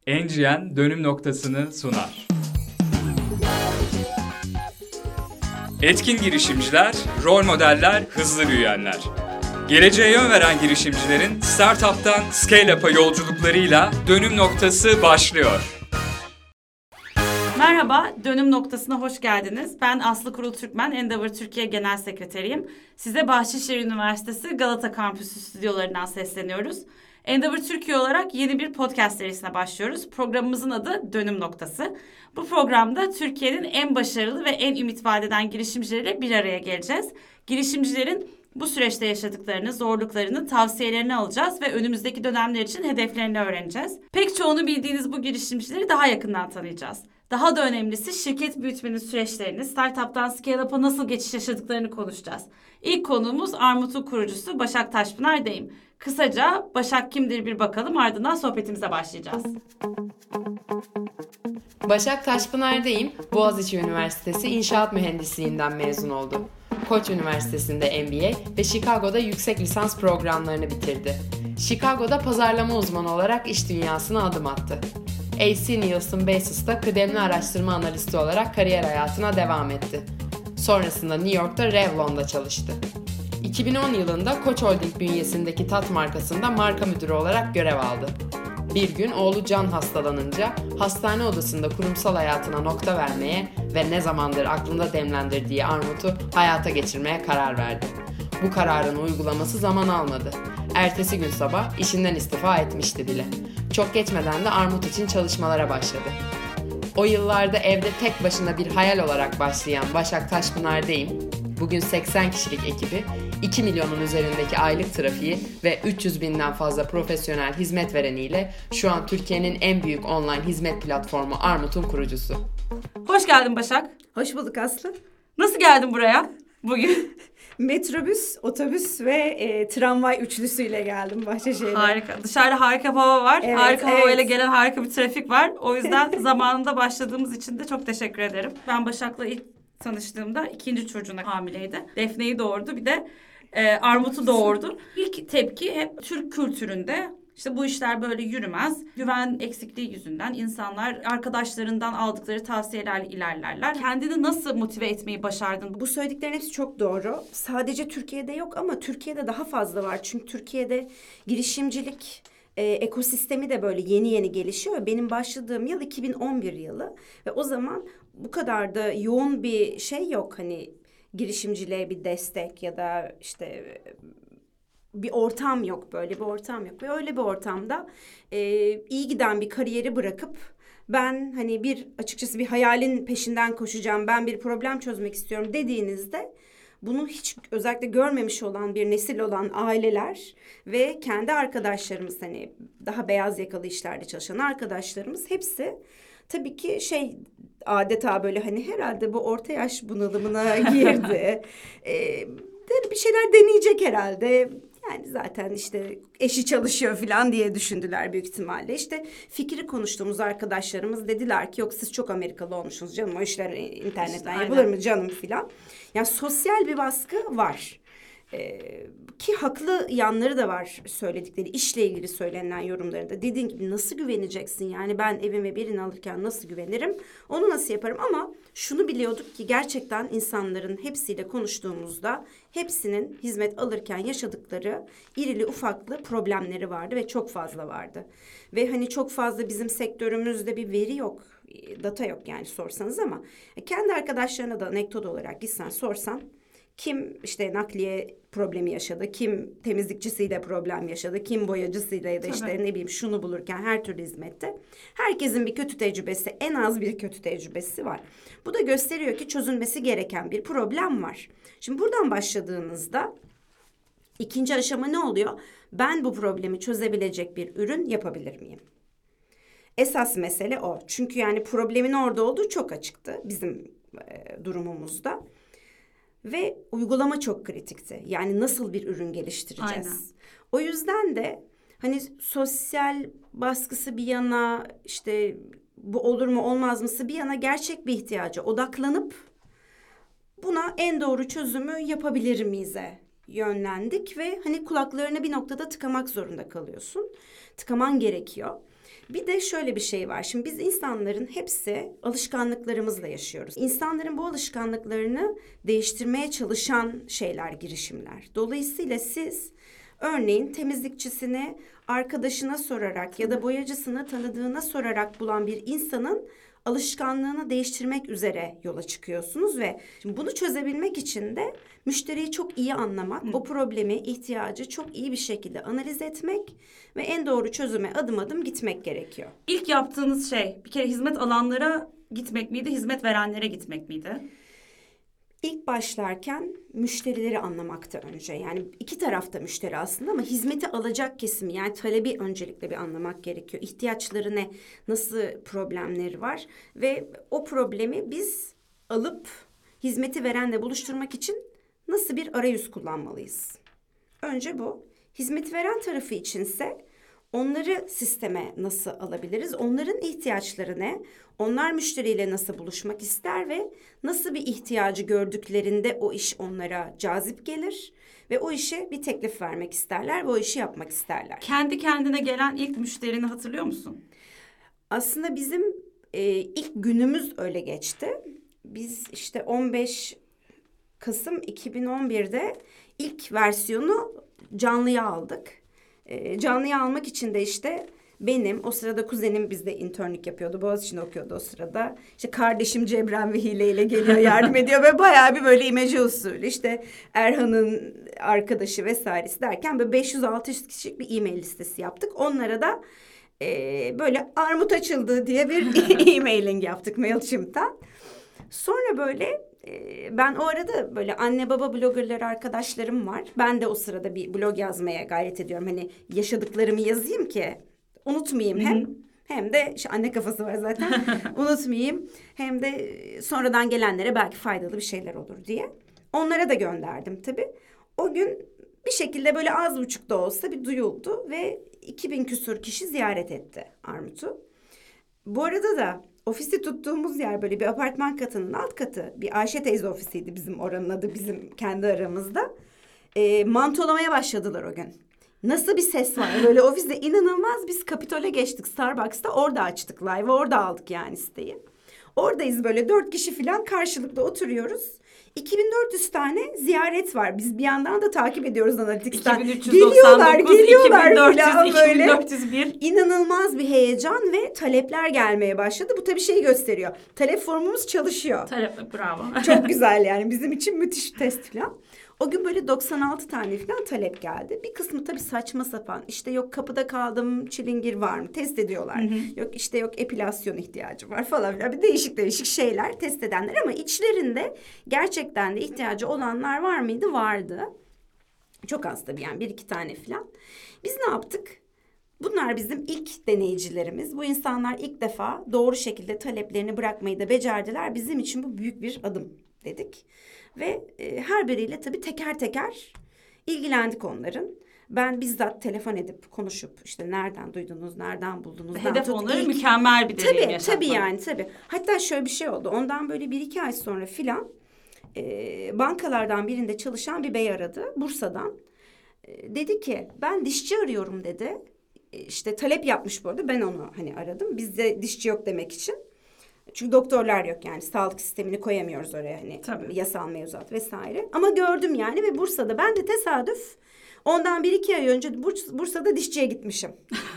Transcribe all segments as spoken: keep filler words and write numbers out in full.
N G N dönüm noktasını sunar. Etkin girişimciler, rol modeller, hızlı büyüyenler. Geleceğe yön veren girişimcilerin startup'tan scale-up'a yolculuklarıyla dönüm noktası başlıyor. Merhaba, Dönüm Noktası'na hoş geldiniz. Ben Aslı Kurul Türkmen, Endeavor Türkiye Genel Sekreteriyim. Size Bahçeşehir Üniversitesi Galata Kampüsü stüdyolarından sesleniyoruz. Endeavor Türkiye olarak yeni bir podcast serisine başlıyoruz. Programımızın adı Dönüm Noktası. Bu programda Türkiye'nin en başarılı ve en ümit vaat eden girişimcileriyle bir araya geleceğiz. Girişimcilerin bu süreçte yaşadıklarını, zorluklarını, tavsiyelerini alacağız ve önümüzdeki dönemler için hedeflerini öğreneceğiz. Pek çoğunu bildiğiniz bu girişimcileri daha yakından tanıyacağız. Daha da önemlisi şirket büyütmenin süreçlerini, startup'tan scale-up'a nasıl geçiş yaşadıklarını konuşacağız. İlk konuğumuz Armut'un kurucusu Başak Taşpınar Deyim. Kısaca Başak kimdir bir bakalım, ardından sohbetimize başlayacağız. Başak Taşpınar Deyim, Boğaziçi Üniversitesi İnşaat Mühendisliğinden mezun oldu. Koç Üniversitesi'nde M B A ve Chicago'da yüksek lisans programlarını bitirdi. Chicago'da pazarlama uzmanı olarak iş dünyasına adım attı. A C Nielsen Basis'ta kıdemli araştırma analisti olarak kariyer hayatına devam etti. Sonrasında New York'ta Revlon'da çalıştı. iki bin on yılında Koç Holding bünyesindeki Tat markasında marka müdürü olarak görev aldı. Bir gün oğlu Can hastalanınca hastane odasında kurumsal hayatına nokta vermeye ve ne zamandır aklında demlendirdiği Armut'u hayata geçirmeye karar verdi. Bu kararın uygulaması zaman almadı. Ertesi gün sabah işinden istifa etmişti bile. Çok geçmeden de Armut için çalışmalara başladı. O yıllarda evde tek başına bir hayal olarak başlayan Başak Taşpınar Deyim, bugün seksen kişilik ekibi, iki milyonun üzerindeki aylık trafiği ve üç yüz binden fazla profesyonel hizmet vereniyle şu an Türkiye'nin en büyük online hizmet platformu Armut'un kurucusu. Hoş geldin Başak. Hoş bulduk Aslı. Nasıl geldin buraya bugün? Metrobüs, otobüs ve e, tramvay üçlüsüyle geldim Bahçeşehir'e. Harika. Dışarıda harika bir hava var. Evet, harika evet. havayla gelen harika bir trafik var. O yüzden zamanında başladığımız için de çok teşekkür ederim. Ben Başak'la ilk tanıştığımda ikinci çocuğuna hamileydi. Defne'yi doğurdu, bir de e, Armut'u doğurdu. İlk tepki hep Türk kültüründe, İşte bu işler böyle yürümez. Güven eksikliği yüzünden insanlar arkadaşlarından aldıkları tavsiyelerle ilerlerler. Kendini nasıl motive etmeyi başardın? Bu söylediklerin hepsi çok doğru. Sadece Türkiye'de yok ama Türkiye'de daha fazla var. Çünkü Türkiye'de girişimcilik e, ekosistemi de böyle yeni yeni gelişiyor. Benim başladığım yıl iki bin on bir yılı ve o zaman bu kadar da yoğun bir şey yok. Hani girişimciliğe bir destek ya da işte bir ortam yok, böyle bir ortam yok. Ve öyle bir ortamda e, iyi giden bir kariyeri bırakıp ben hani bir açıkçası bir hayalin peşinden koşacağım, ben bir problem çözmek istiyorum dediğinizde bunu hiç özellikle görmemiş olan bir nesil olan aileler ve kendi arkadaşlarımız, hani daha beyaz yakalı işlerde çalışan arkadaşlarımız hepsi tabii ki şey adeta böyle hani herhalde bu orta yaş bunalımına girdi. e, bir şeyler deneyecek herhalde. Yani zaten işte eşi çalışıyor falan diye düşündüler büyük ihtimalle. İşte fikri konuştuğumuz arkadaşlarımız dediler ki yok siz çok Amerikalı olmuşsunuz canım, o işler internetten İşte, yapılır mı canım filan. Yani sosyal bir baskı var. Ee, ki haklı yanları da var söyledikleri, işle ilgili söylenen yorumlarında. Dediğin gibi nasıl güveneceksin, yani ben evime birini alırken nasıl güvenirim, onu nasıl yaparım, ama şunu biliyorduk ki gerçekten insanların hepsiyle konuştuğumuzda hepsinin hizmet alırken yaşadıkları irili ufaklı problemleri vardı ve çok fazla vardı. Ve hani çok fazla bizim sektörümüzde bir veri yok, data yok yani sorsanız, ama kendi arkadaşlarına da anekdot olarak gitsen sorsan, kim işte nakliye problemi yaşadı, kim temizlikçisiyle problem yaşadı, kim boyacısıyla ya da işte Tabii. ne bileyim şunu bulurken her türlü hizmette. Herkesin bir kötü tecrübesi, en az bir kötü tecrübesi var. Bu da gösteriyor ki çözülmesi gereken bir problem var. Şimdi buradan başladığınızda ikinci aşama ne oluyor? Ben bu problemi çözebilecek bir ürün yapabilir miyim? Esas mesele o. Çünkü yani problemin orada olduğu çok açıktı bizim e, durumumuzda. Ve uygulama çok kritikti. Yani nasıl bir ürün geliştireceğiz? Aynen. O yüzden de hani sosyal baskısı bir yana, işte bu olur mu olmaz mısı bir yana, gerçek bir ihtiyaca odaklanıp buna en doğru çözümü yapabilir miyiz'e yönlendik ve hani kulaklarını bir noktada tıkamak zorunda kalıyorsun. Tıkaman gerekiyor. Bir de şöyle bir şey var. Şimdi biz insanların hepsi alışkanlıklarımızla yaşıyoruz. İnsanların bu alışkanlıklarını değiştirmeye çalışan şeyler girişimler. Dolayısıyla siz örneğin temizlikçisini arkadaşına sorarak ya da boyacısını tanıdığına sorarak bulan bir insanın alışkanlığını değiştirmek üzere yola çıkıyorsunuz ve şimdi bunu çözebilmek için de müşteriyi çok iyi anlamak, Hı. o problemi, ihtiyacı çok iyi bir şekilde analiz etmek ve en doğru çözüme adım adım gitmek gerekiyor. İlk yaptığınız şey bir kere hizmet alanlara gitmek miydi, hizmet verenlere gitmek miydi? İlk başlarken müşterileri anlamakta önce. Yani iki tarafta müşteri aslında ama hizmeti alacak kesimi, yani talebi öncelikle bir anlamak gerekiyor. İhtiyaçları ne, nasıl problemleri var ve o problemi biz alıp hizmeti verenle buluşturmak için nasıl bir arayüz kullanmalıyız? Önce bu. Hizmet veren tarafı içinse onları sisteme nasıl alabiliriz? Onların ihtiyaçları ne? Onlar müşteriyle nasıl buluşmak ister ve nasıl bir ihtiyacı gördüklerinde o iş onlara cazip gelir ve o işe bir teklif vermek isterler ve o işi yapmak isterler. Kendi kendine gelen ilk müşterini hatırlıyor musun? Aslında bizim e, ilk günümüz öyle geçti. Biz işte on beş Kasım iki bin on birde ilk versiyonu canlıya aldık. E, canlıya almak için de işte benim, o sırada kuzenim bizde internlik yapıyordu. Boğaziçi'nde okuyordu o sırada. İşte kardeşim Cebren ve Hile ile geliyor, yardım ediyor ve bayağı bir böyle imece usulü. İşte Erhan'ın arkadaşı vesairesi derken böyle beş yüz altı yüz kişilik bir e-mail listesi yaptık. Onlara da e, böyle armut açıldı diye bir e-mailing yaptık MailChimp'ten. Sonra böyle e, ben o arada böyle anne baba bloggerları arkadaşlarım var. Ben de o sırada bir blog yazmaya gayret ediyorum. Hani yaşadıklarımı yazayım ki unutmayayım hem. Hı-hı. Hem de işte anne kafası var zaten unutmayayım. Hem de sonradan gelenlere belki faydalı bir şeyler olur diye. Onlara da gönderdim tabii. O gün bir şekilde böyle az buçuk da olsa bir duyuldu ve iki bin küsur kişi ziyaret etti Armut'u. Bu arada da ofisi tuttuğumuz yer böyle bir apartman katının alt katı. Bir Ayşe teyze ofisiydi bizim, oranın adı bizim kendi aramızda. E, mantolamaya başladılar o gün. Nasıl bir ses var böyle ofiste, inanılmaz. Biz Kapitol'e geçtik, Starbucks'ta orada açtık live, orada aldık yani siteyi. Oradayız böyle dört kişi falan karşılıklı oturuyoruz. iki bin dört yüz tane ziyaret var. Biz bir yandan da takip ediyoruz Analytics'ten. iki bin üç yüz doksan dokuz, geliyorlar, geliyorlar iki bin dört yüz, falan böyle. iki bin dört yüz bir. İnanılmaz bir heyecan ve talepler gelmeye başladı. Bu tabii şeyi gösteriyor. Talep formumuz çalışıyor. Talep, bravo. Çok güzel yani, bizim için müthiş test falan. O gün böyle doksan altı tane falan talep geldi. Bir kısmı tabii saçma sapan. İşte yok kapıda kaldım, çilingir var mı? Test ediyorlar. Hı hı. Yok işte yok epilasyon ihtiyacı var falan filan. Bir değişik değişik şeyler test edenler ama içlerinde gerçekten de ihtiyacı olanlar var mıydı? Vardı. Çok az tabii yani bir iki tane falan. Biz ne yaptık? Bunlar bizim ilk deneyicilerimiz. Bu insanlar ilk defa doğru şekilde taleplerini bırakmayı da becerdiler. Bizim için bu büyük bir adım dedik. Ve e, her biriyle tabii teker teker ilgilendik onların. Ben bizzat telefon edip konuşup işte nereden duydunuz, nereden buldunuz. Hedef onları ilk... mükemmel bir deneyim tabii, yaşatmak. Tabii yani tabii. Hatta şöyle bir şey oldu. Ondan böyle bir iki ay sonra filan e, bankalardan birinde çalışan bir bey aradı Bursa'dan. E, dedi ki ben dişçi arıyorum dedi. E, işte talep yapmış bu arada, ben onu hani aradım. Bizde dişçi yok demek için. Çünkü doktorlar yok yani, sağlık sistemini koyamıyoruz oraya hani. Tabii. Yasal mevzuat vesaire. Ama gördüm yani ve Bursa'da ben de tesadüf ondan bir iki ay önce Burs- Bursa'da dişçiye gitmişim.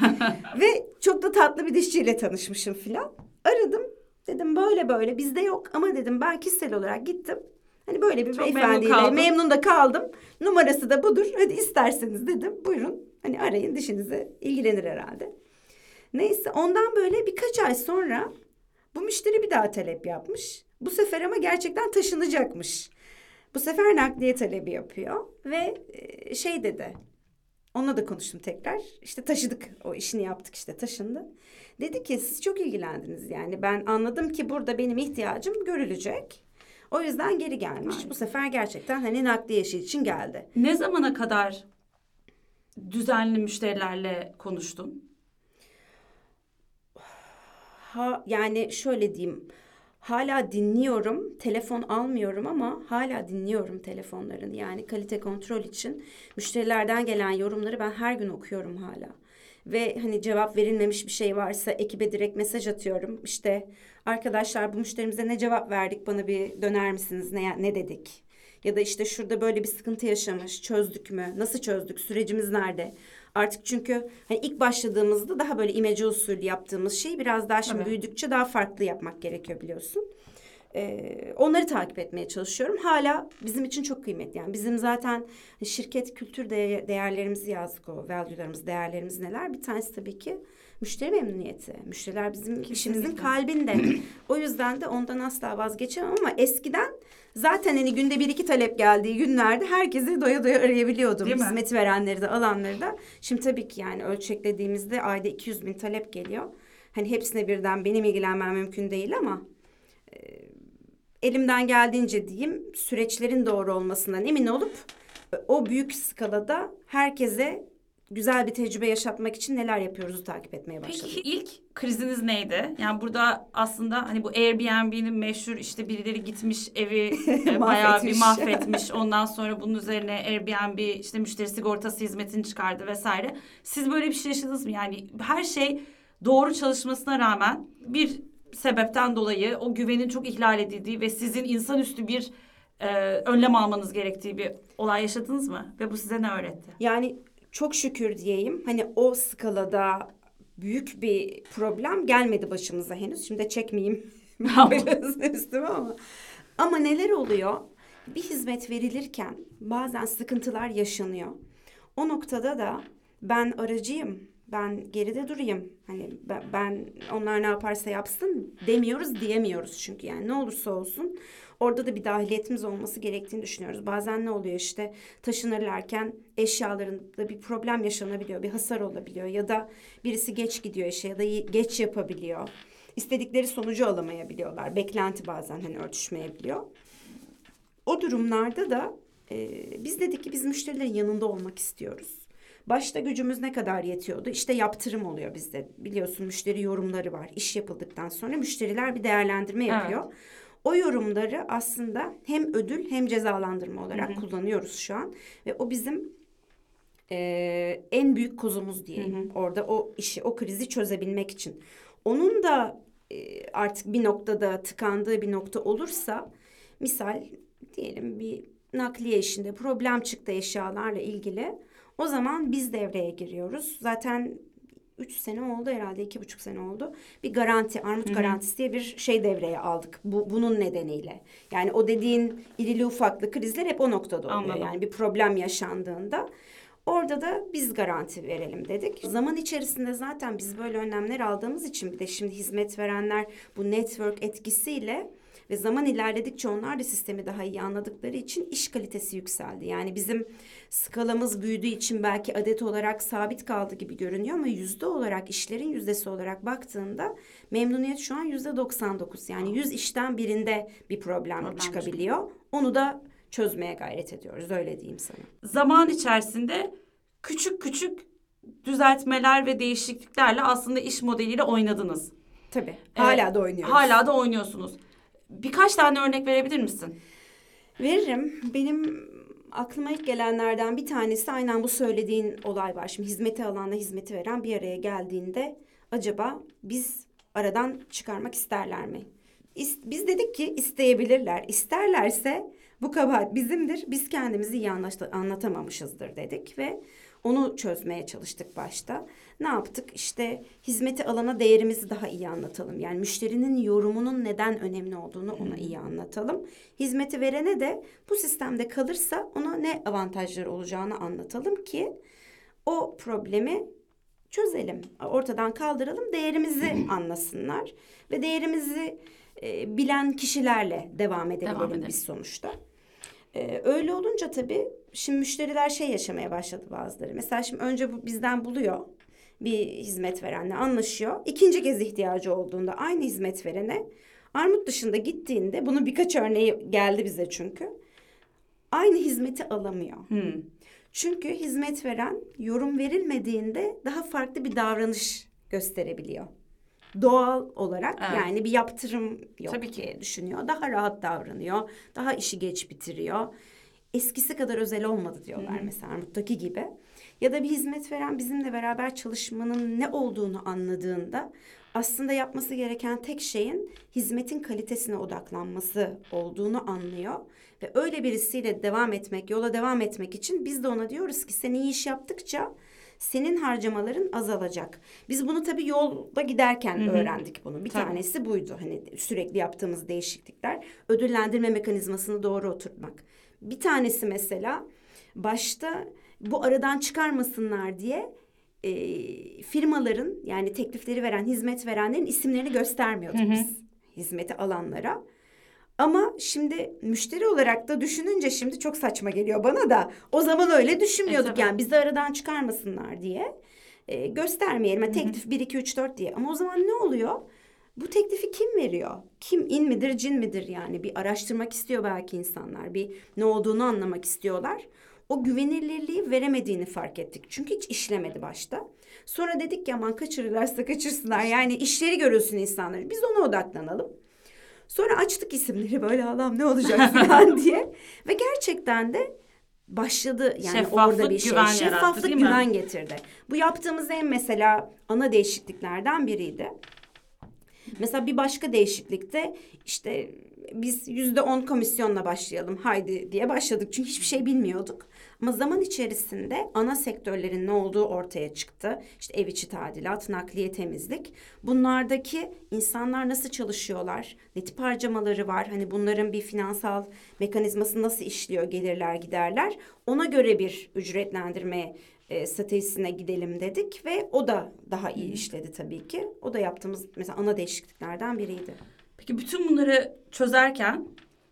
Ve çok da tatlı bir dişçiyle tanışmışım filan. Aradım, dedim böyle böyle bizde yok ama dedim ben kişisel olarak gittim. Hani böyle bir beyefendiyle memnun, memnun da kaldım. Numarası da budur. Hadi isterseniz dedim buyurun hani arayın, dişinize ilgilenir herhalde. Neyse ondan böyle birkaç ay sonra bu müşteri bir daha talep yapmış. Bu sefer ama gerçekten taşınacakmış. Bu sefer nakliye talebi yapıyor. Ve şey dedi. Onunla da konuştum tekrar. İşte taşıdık. O işini yaptık işte, taşındı. Dedi ki siz çok ilgilendiniz yani. Ben anladım ki burada benim ihtiyacım görülecek. O yüzden geri gelmiş. Aynen. Bu sefer gerçekten hani nakliye işi için geldi. Ne zamana kadar düzenli müşterilerle konuştun? Ha, yani şöyle diyeyim, hala dinliyorum, telefon almıyorum ama hala dinliyorum telefonlarını. Yani kalite kontrol için müşterilerden gelen yorumları ben her gün okuyorum hala. ve hani cevap verilmemiş bir şey varsa ekibe direkt mesaj atıyorum. İşte arkadaşlar bu müşterimize ne cevap verdik, bana bir döner misiniz, ne, ne dedik? Ya da işte şurada böyle bir sıkıntı yaşamış, çözdük mü? Nasıl çözdük? Sürecimiz nerede? Artık çünkü hani ilk başladığımızda daha böyle imece usulü yaptığımız şey biraz daha şimdi Tabii. büyüdükçe daha farklı yapmak gerekiyor biliyorsun. Ee, onları takip etmeye çalışıyorum. Hala bizim için çok kıymetli. Yani bizim zaten şirket kültür değer, değerlerimizi yazdık, o value'larımız, değerlerimiz neler? Bir tanesi tabii ki müşteri memnuniyeti. Müşteriler bizim Kesinlikle. işimizin kalbinde. O yüzden de ondan asla vazgeçemem ama eskiden zaten hani günde bir iki talep geldiği günlerde herkesi doya doya arayabiliyordum. Değil mi? Hizmet verenleri de alanları da. Şimdi tabii ki yani ölçeklediğimizde ayda iki yüz bin talep geliyor. Hani hepsine birden benim ilgilenmem mümkün değil ama e, elimden geldiğince diyeyim süreçlerin doğru olmasından emin olup o büyük skalada herkese güzel bir tecrübe yaşatmak için neler yapıyoruzu takip etmeye başladım. Peki ilk kriziniz neydi? Yani burada aslında hani bu Airbnb'nin meşhur işte birileri gitmiş evi e, bayağı bir Mahvetmiş. mahvetmiş. Ondan sonra bunun üzerine Airbnb işte müşteri sigortası hizmetini çıkardı vesaire. Siz böyle bir şey yaşadınız mı? Yani her şey doğru çalışmasına rağmen bir sebepten dolayı o güvenin çok ihlal edildiği ve sizin insanüstü bir e, önlem almanız gerektiği bir olay yaşadınız mı? Ve bu size ne öğretti? Yani çok şükür diyeyim hani o skalada büyük bir problem gelmedi başımıza henüz. Şimdi de çekmeyeyim biraz üstüme ama. Ama neler oluyor? Bir hizmet verilirken bazen sıkıntılar yaşanıyor. O noktada da ben aracıyım. Ben geride durayım. Hani ben, ben onlar ne yaparsa yapsın demiyoruz, diyemiyoruz çünkü yani ne olursa olsun orada da bir dahiliyetimiz olması gerektiğini düşünüyoruz. Bazen ne oluyor işte taşınırlarken eşyalarında bir problem yaşanabiliyor, bir hasar olabiliyor ya da birisi geç gidiyor işe ya da geç yapabiliyor. İstedikleri sonucu alamayabiliyorlar. Beklenti bazen hani örtüşmeyebiliyor. O durumlarda da e, biz dedik ki biz müşterilerin yanında olmak istiyoruz. Başta gücümüz ne kadar yetiyordu? İşte yaptırım oluyor bizde. Biliyorsun müşteri yorumları var. İş yapıldıktan sonra müşteriler bir değerlendirme yapıyor. Evet. O yorumları aslında hem ödül hem cezalandırma olarak hı hı. kullanıyoruz şu an. Ve o bizim e, en büyük kozumuz diyeyim. Hı hı. Orada o işi, o krizi çözebilmek için. Onun da e, artık bir noktada tıkandığı bir nokta olursa, misal diyelim bir nakliye işinde problem çıktı eşyalarla ilgili. O zaman biz devreye giriyoruz. Zaten üç sene oldu herhalde, iki buçuk sene oldu. Bir garanti, armut Hı-hı. garantisi diye bir şey devreye aldık. Bu, bunun nedeniyle. Yani o dediğin irili ufaklı krizler hep o noktada oluyor. Anladım. Yani bir problem yaşandığında orada da biz garanti verelim dedik. Zaman içerisinde zaten biz böyle önlemler aldığımız için bir de şimdi hizmet verenler bu network etkisiyle ve zaman ilerledikçe onlar da sistemi daha iyi anladıkları için iş kalitesi yükseldi. Yani bizim skalamız büyüdüğü için belki adet olarak sabit kaldı gibi görünüyor ama yüzde olarak, işlerin yüzdesi olarak baktığında memnuniyet şu an yüzde doksan dokuz. Yani yüz işten birinde bir problem, problem çıkabiliyor. Çıkıyor. Onu da çözmeye gayret ediyoruz, öyle diyeyim sana. Zaman içerisinde küçük küçük düzeltmeler ve değişikliklerle aslında iş modeliyle oynadınız. Tabii, hala ee, da oynuyoruz. Hala da oynuyorsunuz. Birkaç tane örnek verebilir misin? Veririm. Benim aklıma ilk gelenlerden bir tanesi aynen bu söylediğin olay var. Şimdi hizmeti alanla hizmeti veren bir araya geldiğinde acaba biz aradan çıkarmak isterler mi? Biz dedik ki isteyebilirler. İsterlerse bu kabahat bizimdir. Biz kendimizi iyi anlatamamışızdır dedik ve onu çözmeye çalıştık başta. Ne yaptık? İşte hizmeti alana değerimizi daha iyi anlatalım. Yani müşterinin yorumunun neden önemli olduğunu ona iyi anlatalım. Hizmeti verene de bu sistemde kalırsa ona ne avantajları olacağını anlatalım ki o problemi çözelim. Ortadan kaldıralım, değerimizi anlasınlar ve değerimizi e, bilen kişilerle devam edebilelim devam biz sonuçta. Ee, öyle olunca tabii şimdi müşteriler şey yaşamaya başladı bazıları. Mesela şimdi önce bu bizden buluyor bir hizmet verenle anlaşıyor. İkinci kez ihtiyacı olduğunda aynı hizmet verene armut dışında gittiğinde bunun birkaç örneği geldi bize çünkü. Aynı hizmeti alamıyor. Hmm. Çünkü hizmet veren yorum verilmediğinde daha farklı bir davranış gösterebiliyor. Doğal olarak evet. Yani bir yaptırım yok Tabii ki. diye düşünüyor. Daha rahat davranıyor. Daha işi geç bitiriyor. Eskisi kadar özel olmadı diyorlar Hı-hı. mesela Armut'taki gibi. ya da bir hizmet veren bizimle beraber çalışmanın ne olduğunu anladığında aslında yapması gereken tek şeyin hizmetin kalitesine odaklanması olduğunu anlıyor. Ve öyle birisiyle devam etmek, yola devam etmek için biz de ona diyoruz ki sen iyi iş yaptıkça senin harcamaların azalacak. Biz bunu tabii yolda giderken Hı-hı. öğrendik bunu. Bir tabii. tanesi buydu. Hani sürekli yaptığımız değişiklikler, ödüllendirme mekanizmasını doğru oturtmak. Bir tanesi mesela başta bu aradan çıkarmasınlar diye e, firmaların, yani teklifleri veren, hizmet verenlerin isimlerini göstermiyorduk Hı-hı. biz hizmeti alanlara. Ama şimdi müşteri olarak da düşününce şimdi çok saçma geliyor bana da. O zaman öyle düşünmüyorduk, e, yani bizi aradan çıkarmasınlar diye e, göstermeyelim. Yani teklif bir, iki, üç, dört diye. Ama o zaman ne oluyor? Bu teklifi kim veriyor? Kim, in midir, cin midir yani? Bir araştırmak istiyor belki insanlar. Bir ne olduğunu anlamak istiyorlar. O güvenilirliği veremediğini fark ettik. Çünkü hiç işlemedi başta. Sonra dedik ki aman kaçırırlarsa kaçırsınlar. Yani işleri görülsün insanlar. Biz ona odaklanalım. Sonra açtık isimleri, böyle Allah'ım ne olacak falan diye. Ve gerçekten de başladı yani şeffaflık, orada bir şey. Güven Şeffaflık, yarattı, güven getirdi. Bu yaptığımız en mesela ana değişikliklerden biriydi. Mesela bir başka değişiklikte işte biz yüzde on komisyonla başlayalım haydi diye başladık. Çünkü hiçbir şey bilmiyorduk. Ama zaman içerisinde ana sektörlerin ne olduğu ortaya çıktı. İşte ev içi tadilat, nakliye, temizlik. Bunlardaki insanlar nasıl çalışıyorlar? Ne tip harcamaları var? Hani bunların bir finansal mekanizması nasıl işliyor? Gelirler, giderler. Ona göre bir ücretlendirme e, stratejisine gidelim dedik ve o da daha iyi işledi tabii ki. O da yaptığımız mesela ana değişikliklerden biriydi. Peki bütün bunları çözerken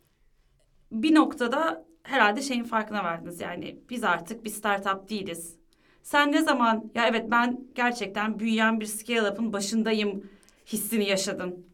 bir noktada herhalde şeyin farkına vardınız. Yani biz artık bir startup değiliz. Sen ne zaman ya evet ben gerçekten büyüyen bir scale-up'ın başındayım hissini yaşadın?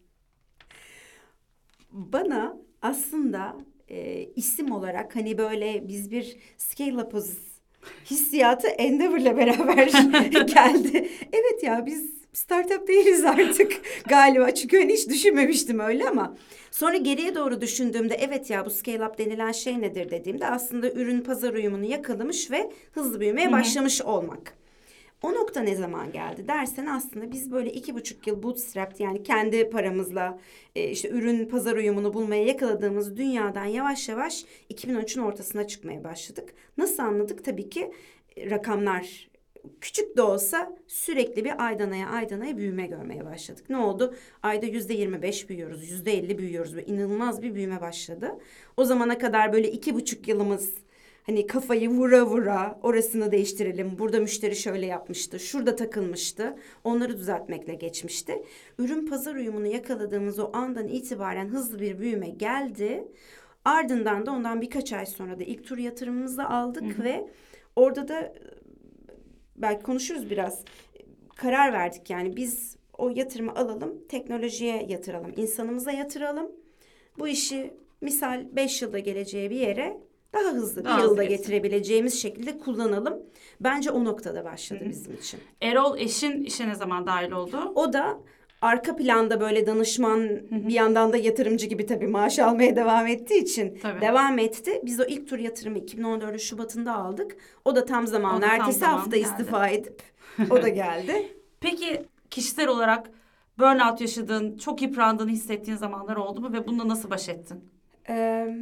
Bana aslında e, isim olarak hani böyle biz bir scale-up'ız hissiyatı Endeavor'la beraber geldi. Evet ya biz startup değiliz artık galiba. Çünkü hani hiç düşünmemiştim öyle ama sonra geriye doğru düşündüğümde evet ya bu scale up denilen şey nedir dediğimde aslında ürün pazar uyumunu yakalamış ve hızlı büyümeye Hı-hı. başlamış olmak. O nokta ne zaman geldi dersen aslında biz böyle iki buçuk yıl bootstrapped yani kendi paramızla e, işte ürün pazar uyumunu bulmaya yakaladığımız dünyadan yavaş yavaş iki bin on üçün ortasına çıkmaya başladık. Nasıl anladık? Tabii ki e, rakamlar küçük de olsa sürekli bir aydan aya aydan aya büyüme görmeye başladık. Ne oldu? Ayda yüzde yirmi beş büyüyoruz, yüzde elli büyüyoruz ve inanılmaz bir büyüme başladı. O zamana kadar böyle iki buçuk yılımız hani kafayı vura vura orasını değiştirelim. Burada müşteri şöyle yapmıştı, şurada takılmıştı. Onları düzeltmekle geçmişti. Ürün pazar uyumunu yakaladığımız o andan itibaren hızlı bir büyüme geldi. Ardından da ondan birkaç ay sonra da ilk tur yatırımımızı aldık Hı-hı. ve orada da belki konuşuruz biraz. Karar verdik yani biz o yatırımı alalım, teknolojiye yatıralım, insanımıza yatıralım. Bu işi misal beş yılda geleceği bir yere daha hızlı daha bir yılda getir. getirebileceğimiz şekilde kullanalım. Bence o noktada başladı Hı-hı. bizim için. Erol eşin işe ne zaman dahil oldu? O da arka planda böyle danışman Hı-hı. bir yandan da yatırımcı gibi tabii maaş almaya devam ettiği için tabii. devam etti. Biz o ilk tur yatırımı iki bin on dördün Şubat'ında aldık. O da tam zamanlı. Ertesi tam hafta geldi. istifa edip o da geldi. Peki kişisel olarak burnout yaşadığın, çok yıprandığını hissettiğin zamanlar oldu mu ve bununla nasıl baş ettin? Ee,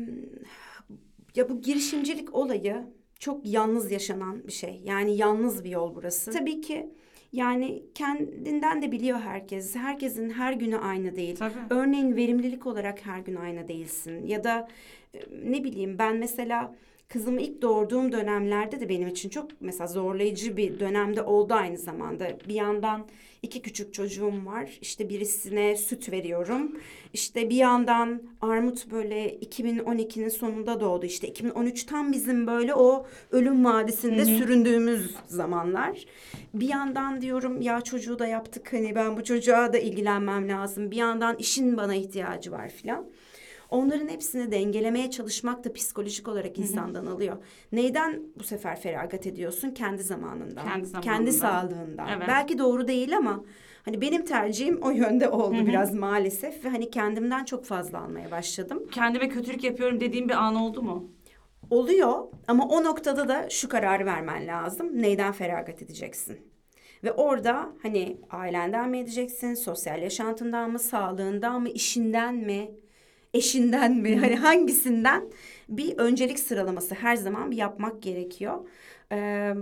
ya bu girişimcilik olayı çok yalnız yaşanan bir şey. Yani yalnız bir yol burası. Tabii ki yani kendinden de biliyor herkes. Herkesin her günü aynı değil. Tabii. Örneğin verimlilik olarak her gün aynı değilsin. Ya da ne bileyim ben mesela kızımı ilk doğurduğum dönemlerde de benim için çok mesela zorlayıcı bir dönemde oldu aynı zamanda. Bir yandan iki küçük çocuğum var. İşte birisine süt veriyorum. İşte bir yandan Armut böyle iki bin on ikinin sonunda doğdu. İşte iki bin on üç tam bizim böyle o ölüm vadisinde Hı-hı. süründüğümüz zamanlar. Bir yandan diyorum ya çocuğu da yaptık hani ben bu çocuğa da ilgilenmem lazım. Bir yandan işin bana ihtiyacı var filan. Onların hepsini dengelemeye çalışmak da psikolojik olarak insandan Hı-hı. alıyor. Neyden bu sefer feragat ediyorsun? Kendi zamanından. Kendi, zamanından. Kendi sağlığından. Evet. Belki doğru değil ama hani benim tercihim o yönde oldu Hı-hı. biraz maalesef. Ve hani kendimden çok fazla almaya başladım. Kendime kötülük yapıyorum dediğim bir an oldu mu? oluyor ama o noktada da şu kararı vermen lazım. Neyden feragat edeceksin? Ve orada hani ailenden mi edeceksin, sosyal yaşantından mı, sağlığından mı, işinden mi, eşinden mi? Hani hangisinden bir öncelik sıralaması her zaman bir yapmak gerekiyor. Ee,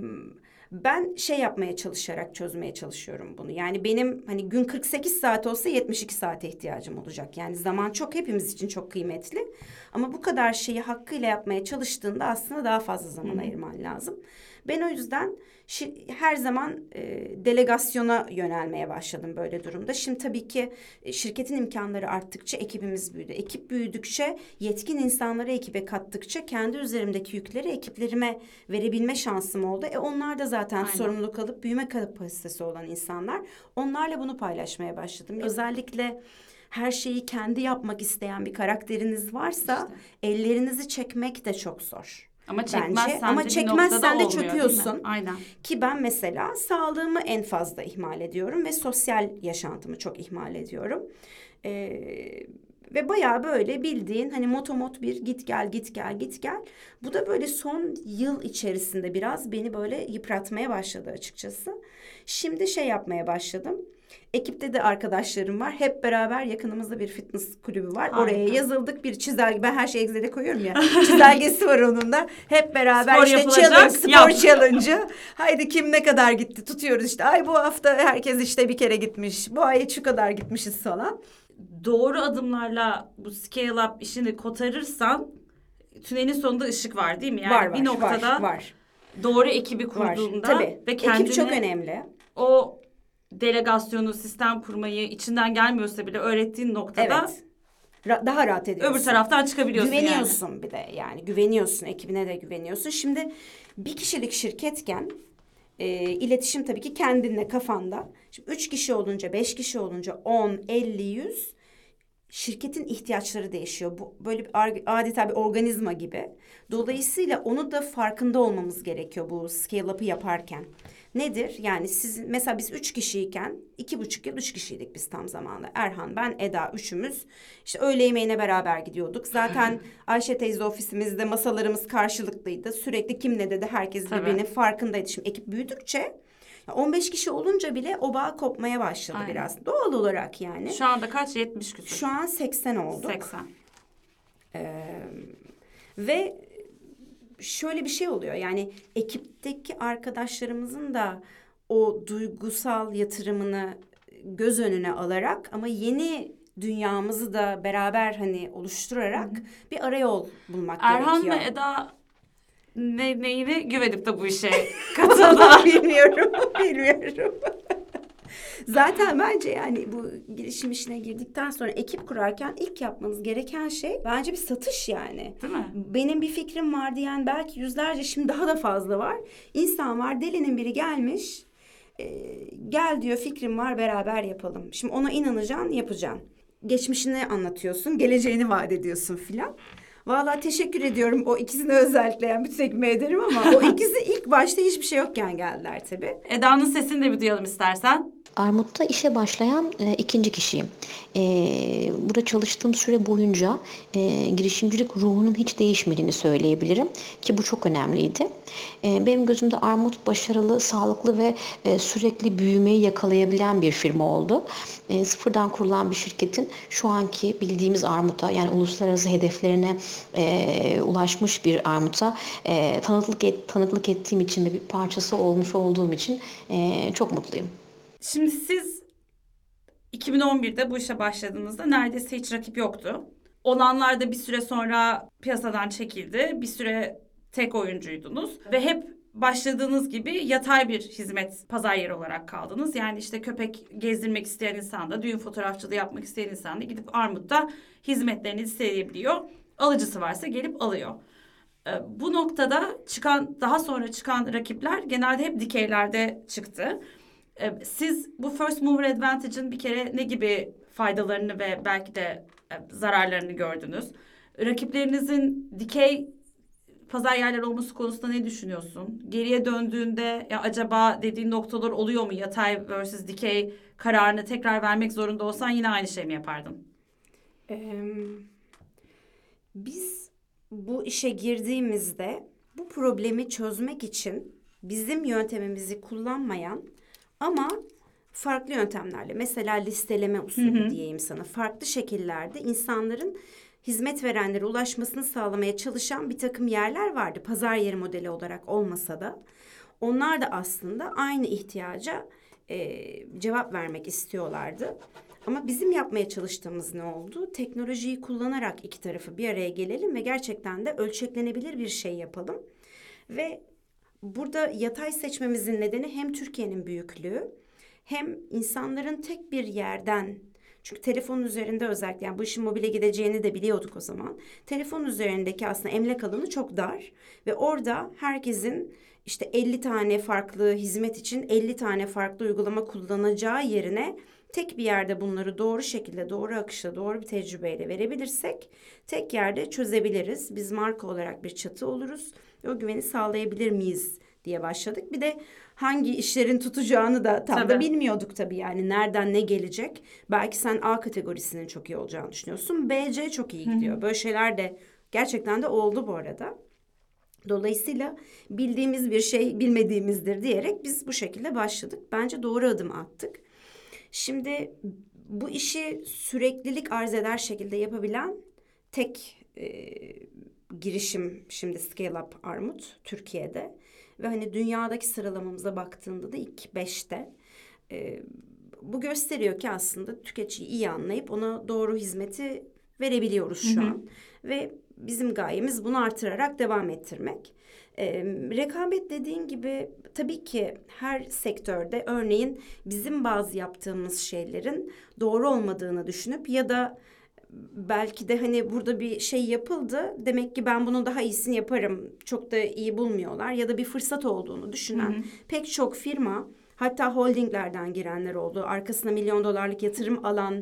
ben şey yapmaya çalışarak çözmeye çalışıyorum bunu. Yani benim hani gün kırk sekiz saat olsa yetmiş iki saate ihtiyacım olacak. Yani zaman çok hepimiz için çok kıymetli. Ama bu kadar şeyi hakkıyla yapmaya çalıştığında aslında daha fazla zaman Hı-hı. ayırman lazım. Ben o yüzden şi- her zaman e, delegasyona yönelmeye başladım böyle durumda. Şimdi tabii ki e, şirketin imkanları arttıkça ekibimiz büyüdü. Ekip büyüdükçe, yetkin insanları ekibe kattıkça kendi üzerimdeki yükleri ekiplerime verebilme şansım oldu. E onlar da zaten Aynen. sorumluluk alıp büyüme kapasitesi olan insanlar. Onlarla bunu paylaşmaya başladım. Evet. Özellikle her şeyi kendi yapmak isteyen bir karakteriniz varsa işte. ellerinizi çekmek de çok zor. Ama çekmezsen Ama de çekmezsen de olmuyor, çöküyorsun. Aynen. Ki ben mesela sağlığımı en fazla ihmal ediyorum ve sosyal yaşantımı çok ihmal ediyorum. Ee, ve bayağı böyle bildiğin hani motomot bir git gel git gel git gel. Bu da böyle son yıl içerisinde biraz beni böyle yıpratmaya başladı açıkçası. Şimdi şey yapmaya başladım. Ekipte de arkadaşlarım var. Hep beraber yakınımızda bir fitness kulübü var. Harika. Oraya yazıldık, bir çizelge. Ben her şeyi Excel'e koyuyorum ya. Çizelgesi var onun da. Hep beraber spor işte challenge, spor yap. challenge'ı. Haydi kim ne kadar gitti tutuyoruz işte. Ay bu hafta herkes işte bir kere gitmiş. Bu ay şu kadar gitmişiz falan. Doğru adımlarla bu scale up işini kotarırsan tünelin sonunda ışık var değil mi? Yani var var. bir noktada var, var. doğru ekibi kurduğunda var. Tabii. ve kendine ekip çok önemli. O delegasyonu, sistem kurmayı içinden gelmiyorsa bile öğrettiğin noktada evet. Ra- daha rahat ediyorsun. Öbür taraftan çıkabiliyorsun güveniyorsun yani. bir de yani güveniyorsun, ekibine de güveniyorsun. Şimdi bir kişilik şirketken e, iletişim tabii ki kendinle, kafanda. Şimdi üç kişi olunca, beş kişi olunca on, elli, yüz şirketin ihtiyaçları değişiyor. Bu böyle bir adeta bir organizma gibi. Dolayısıyla onu da farkında olmamız gerekiyor bu scale up'ı yaparken. Nedir? Yani siz mesela biz üç kişiyken iki buçuk yıl üç kişiydik biz tam zamanlı. Erhan, ben, Eda üçümüz işte öğle yemeğine beraber gidiyorduk. Zaten Ayşe teyze ofisimizde masalarımız karşılıklıydı. Sürekli kim ne dedi herkes birbirinin farkındaydı. Şimdi ekip büyüdükçe on beş kişi olunca bile o bağ kopmaya başladı Aynen. biraz. Doğal olarak yani. Şu anda kaç? yetmiş küsur. Şu an seksen olduk. seksen. Ee, ve şöyle bir şey oluyor. Yani ekipteki arkadaşlarımızın da o duygusal yatırımını göz önüne alarak ama yeni dünyamızı da beraber hani oluşturarak Hı-hı. bir arayol bulmak Erhan gerekiyor. Erhan ve Eda ne, neyini güvenip de bu işe katıldı? bilmiyorum. Bilmiyorum. Zaten bence yani bu girişim işine girdikten sonra ekip kurarken ilk yapmanız gereken şey bence bir satış yani. Değil mi? Benim bir fikrim var diyen belki yüzlerce, şimdi daha da fazla var. İnsan var, delinin biri gelmiş. E, gel diyor, fikrim var, beraber yapalım. Şimdi ona inanacaksın, yapacaksın. Geçmişini anlatıyorsun, geleceğini vaat ediyorsun filan. Vallahi teşekkür ediyorum o ikisini özellikle, yani bütün ekmeği ederim ama o ikisi ilk başta hiçbir şey yokken geldiler tabii. Eda'nın sesini de bir duyalım istersen. Armut'ta işe başlayan e, ikinci kişiyim. E, burada çalıştığım süre boyunca e, girişimcilik ruhunun hiç değişmediğini söyleyebilirim ki bu çok önemliydi. E, benim gözümde Armut başarılı, sağlıklı ve e, sürekli büyümeyi yakalayabilen bir firma oldu. E, sıfırdan kurulan bir şirketin şu anki bildiğimiz Armut'a, yani uluslararası hedeflerine e, ulaşmış bir Armut'a e, tanıklık, et, tanıklık ettiğim için ve bir parçası olmuş olduğum için e, çok mutluyum. Şimdi siz iki bin on birde bu işe başladığınızda neredeyse hiç rakip yoktu. Olanlar da bir süre sonra piyasadan çekildi. Bir süre tek oyuncuydunuz ve hep başladığınız gibi yatay bir hizmet pazar yeri olarak kaldınız. Yani işte köpek gezdirmek isteyen insan da, düğün fotoğrafçılığı yapmak isteyen insan da gidip Armut'ta hizmetlerini isteyebiliyor. Alıcısı varsa gelip alıyor. Bu noktada çıkan, daha sonra çıkan rakipler genelde hep dikeylerde çıktı. Siz bu first mover advantage'ın bir kere ne gibi faydalarını ve belki de zararlarını gördünüz? Rakiplerinizin dikey pazar yerleri olması konusunda ne düşünüyorsun? Geriye döndüğünde ya acaba dediğin noktalar oluyor mu? Yatay versus dikey kararını tekrar vermek zorunda olsan yine aynı şey mi yapardın? Ee, biz bu işe girdiğimizde bu problemi çözmek için bizim yöntemimizi kullanmayan ama farklı yöntemlerle, mesela listeleme usulü hı hı. diyeyim sana, farklı şekillerde insanların hizmet verenlere ulaşmasını sağlamaya çalışan bir takım yerler vardı. Pazar yeri modeli olarak olmasa da onlar da aslında aynı ihtiyaca e, cevap vermek istiyorlardı. Ama bizim yapmaya çalıştığımız ne oldu? Teknolojiyi kullanarak iki tarafı bir araya gelelim ve gerçekten de ölçeklenebilir bir şey yapalım. Ve burada yatay seçmemizin nedeni hem Türkiye'nin büyüklüğü hem insanların tek bir yerden, çünkü telefonun üzerinde özellikle, yani bu işin mobile gideceğini de biliyorduk o zaman. Telefonun üzerindeki aslında emlak alanı çok dar ve orada herkesin işte elli tane farklı hizmet için elli tane farklı uygulama kullanacağı yerine tek bir yerde bunları doğru şekilde, doğru akışla, doğru bir tecrübeyle verebilirsek tek yerde çözebiliriz. Biz marka olarak bir çatı oluruz ve o güveni sağlayabilir miyiz diye başladık. Bir de hangi işlerin tutacağını da tam tabii. da bilmiyorduk tabii, yani nereden ne gelecek. Belki sen A kategorisinin çok iyi olacağını düşünüyorsun. B, C çok iyi gidiyor. Hı-hı. Böyle şeyler de gerçekten de oldu bu arada. Dolayısıyla bildiğimiz bir şey bilmediğimizdir diyerek biz bu şekilde başladık. Bence doğru adım attık. Şimdi bu işi süreklilik arz eder şekilde yapabilen tek e, girişim şimdi Scale Up Armut Türkiye'de. Ve hani dünyadaki sıralamamıza baktığında da ilk beşte. E, bu gösteriyor ki aslında tüketiciyi iyi anlayıp ona doğru hizmeti verebiliyoruz şu hı hı. an. Ve bizim gayemiz bunu artırarak devam ettirmek. Ee, rekabet dediğin gibi tabii ki her sektörde örneğin bizim bazı yaptığımız şeylerin doğru olmadığını düşünüp ya da belki de hani burada bir şey yapıldı, demek ki ben bunun daha iyisini yaparım, çok da iyi bulmuyorlar ya da bir fırsat olduğunu düşünen hı hı. pek çok firma, hatta holdinglerden girenler oldu, arkasına milyon dolarlık yatırım alan,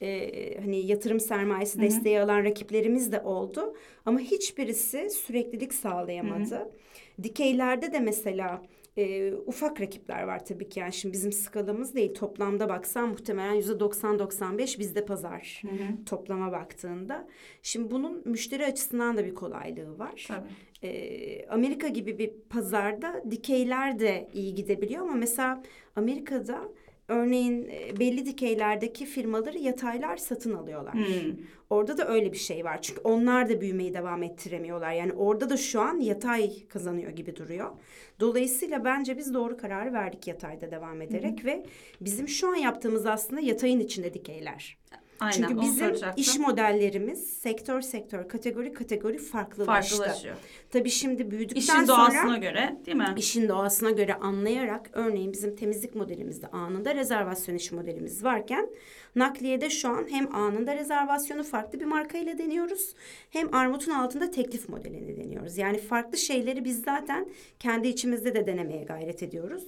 e, hani yatırım sermayesi hı hı. desteği alan rakiplerimiz de oldu. Ama hiçbirisi süreklilik sağlayamadı. Hı hı. Dikeylerde de mesela e, ufak rakipler var tabii ki. Yani şimdi bizim skalamız değil. Toplamda baksan muhtemelen yüzde doksan doksan beş bizde pazar. Hı hı. Toplama baktığında. Şimdi bunun müşteri açısından da bir kolaylığı var. Tabii. E, Amerika gibi bir pazarda dikeyler de iyi gidebiliyor ama mesela Amerika'da örneğin belli dikeylerdeki firmaları yataylar satın alıyorlar. Hmm. Orada da öyle bir şey var. Çünkü onlar da büyümeyi devam ettiremiyorlar. Yani orada da şu an yatay kazanıyor gibi duruyor. Dolayısıyla bence biz doğru kararı verdik yatayda devam ederek. Hmm. Ve bizim şu an yaptığımız aslında yatayın içinde dikeyler. Aynen, çünkü bizim iş modellerimiz sektör sektör, kategori kategori farklılaştı. Farklılaşıyor. Tabii şimdi büyüdükten işin sonra... İşin doğasına göre değil mi? İşin doğasına göre anlayarak, örneğin bizim temizlik modelimizde anında rezervasyon iş modelimiz varken nakliyede şu an hem anında rezervasyonu farklı bir markayla deniyoruz, hem Armut'un altında teklif modelini deniyoruz. Yani farklı şeyleri biz zaten kendi içimizde de denemeye gayret ediyoruz.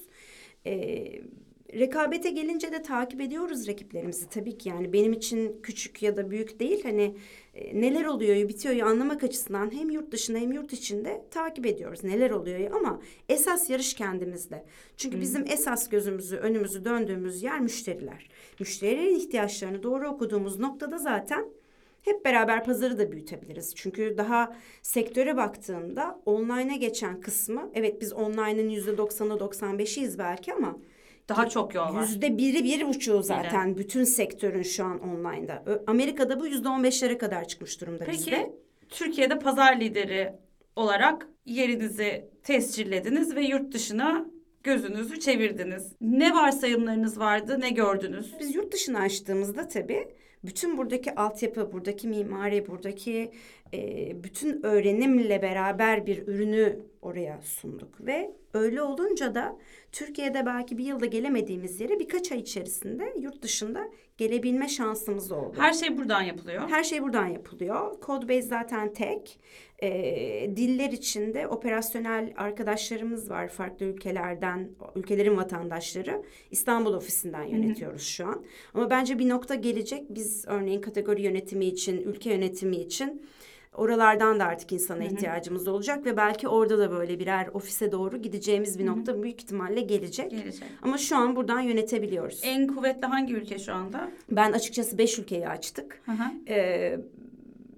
Eee... Rekabete gelince de takip ediyoruz rakiplerimizi tabii ki, yani benim için küçük ya da büyük değil, hani e, neler oluyor bitiyor anlamak açısından hem yurt dışında hem yurt içinde takip ediyoruz neler oluyor, ama esas yarış kendimizde. Çünkü hmm. bizim esas gözümüzü önümüzü döndüğümüz yer müşteriler. Müşterilerin ihtiyaçlarını doğru okuduğumuz noktada zaten hep beraber pazarı da büyütebiliriz. Çünkü daha sektöre baktığında online'a geçen kısmı, evet biz online'ın yüzde doksanı doksan beşiyiz belki ama daha çok yol var. Yüzde biri, bir buçuğu zaten Bile. bütün sektörün şu an online'da. Amerika'da bu yüzde on beşlere kadar çıkmış durumda Peki, bizde. Peki Türkiye'de pazar lideri olarak yerinizi tescillediniz ve yurt dışına gözünüzü çevirdiniz. Ne varsayımlarınız vardı, ne gördünüz? Biz yurt dışına açtığımızda tabii bütün buradaki altyapı, buradaki mimari, buradaki e, bütün öğrenimle beraber bir ürünü oraya sunduk. Ve öyle olunca da Türkiye'de belki bir yılda gelemediğimiz yere birkaç ay içerisinde yurt dışında gelebilme şansımız oldu. Her şey buradan yapılıyor. Her şey buradan yapılıyor. Codebase zaten tek. E, diller içinde operasyonel arkadaşlarımız var farklı ülkelerden, ülkelerin vatandaşları. İstanbul ofisinden yönetiyoruz Hı-hı. şu an. Ama bence bir nokta gelecek. Biz örneğin kategori yönetimi için, ülke yönetimi için oralardan da artık insana Hı-hı. ihtiyacımız olacak ve belki orada da böyle birer ofise doğru gideceğimiz bir nokta Hı-hı. büyük ihtimalle gelecek. gelecek. Ama şu an buradan yönetebiliyoruz. En kuvvetli hangi ülke şu anda? Ben açıkçası beş ülkeyi açtık. Ee,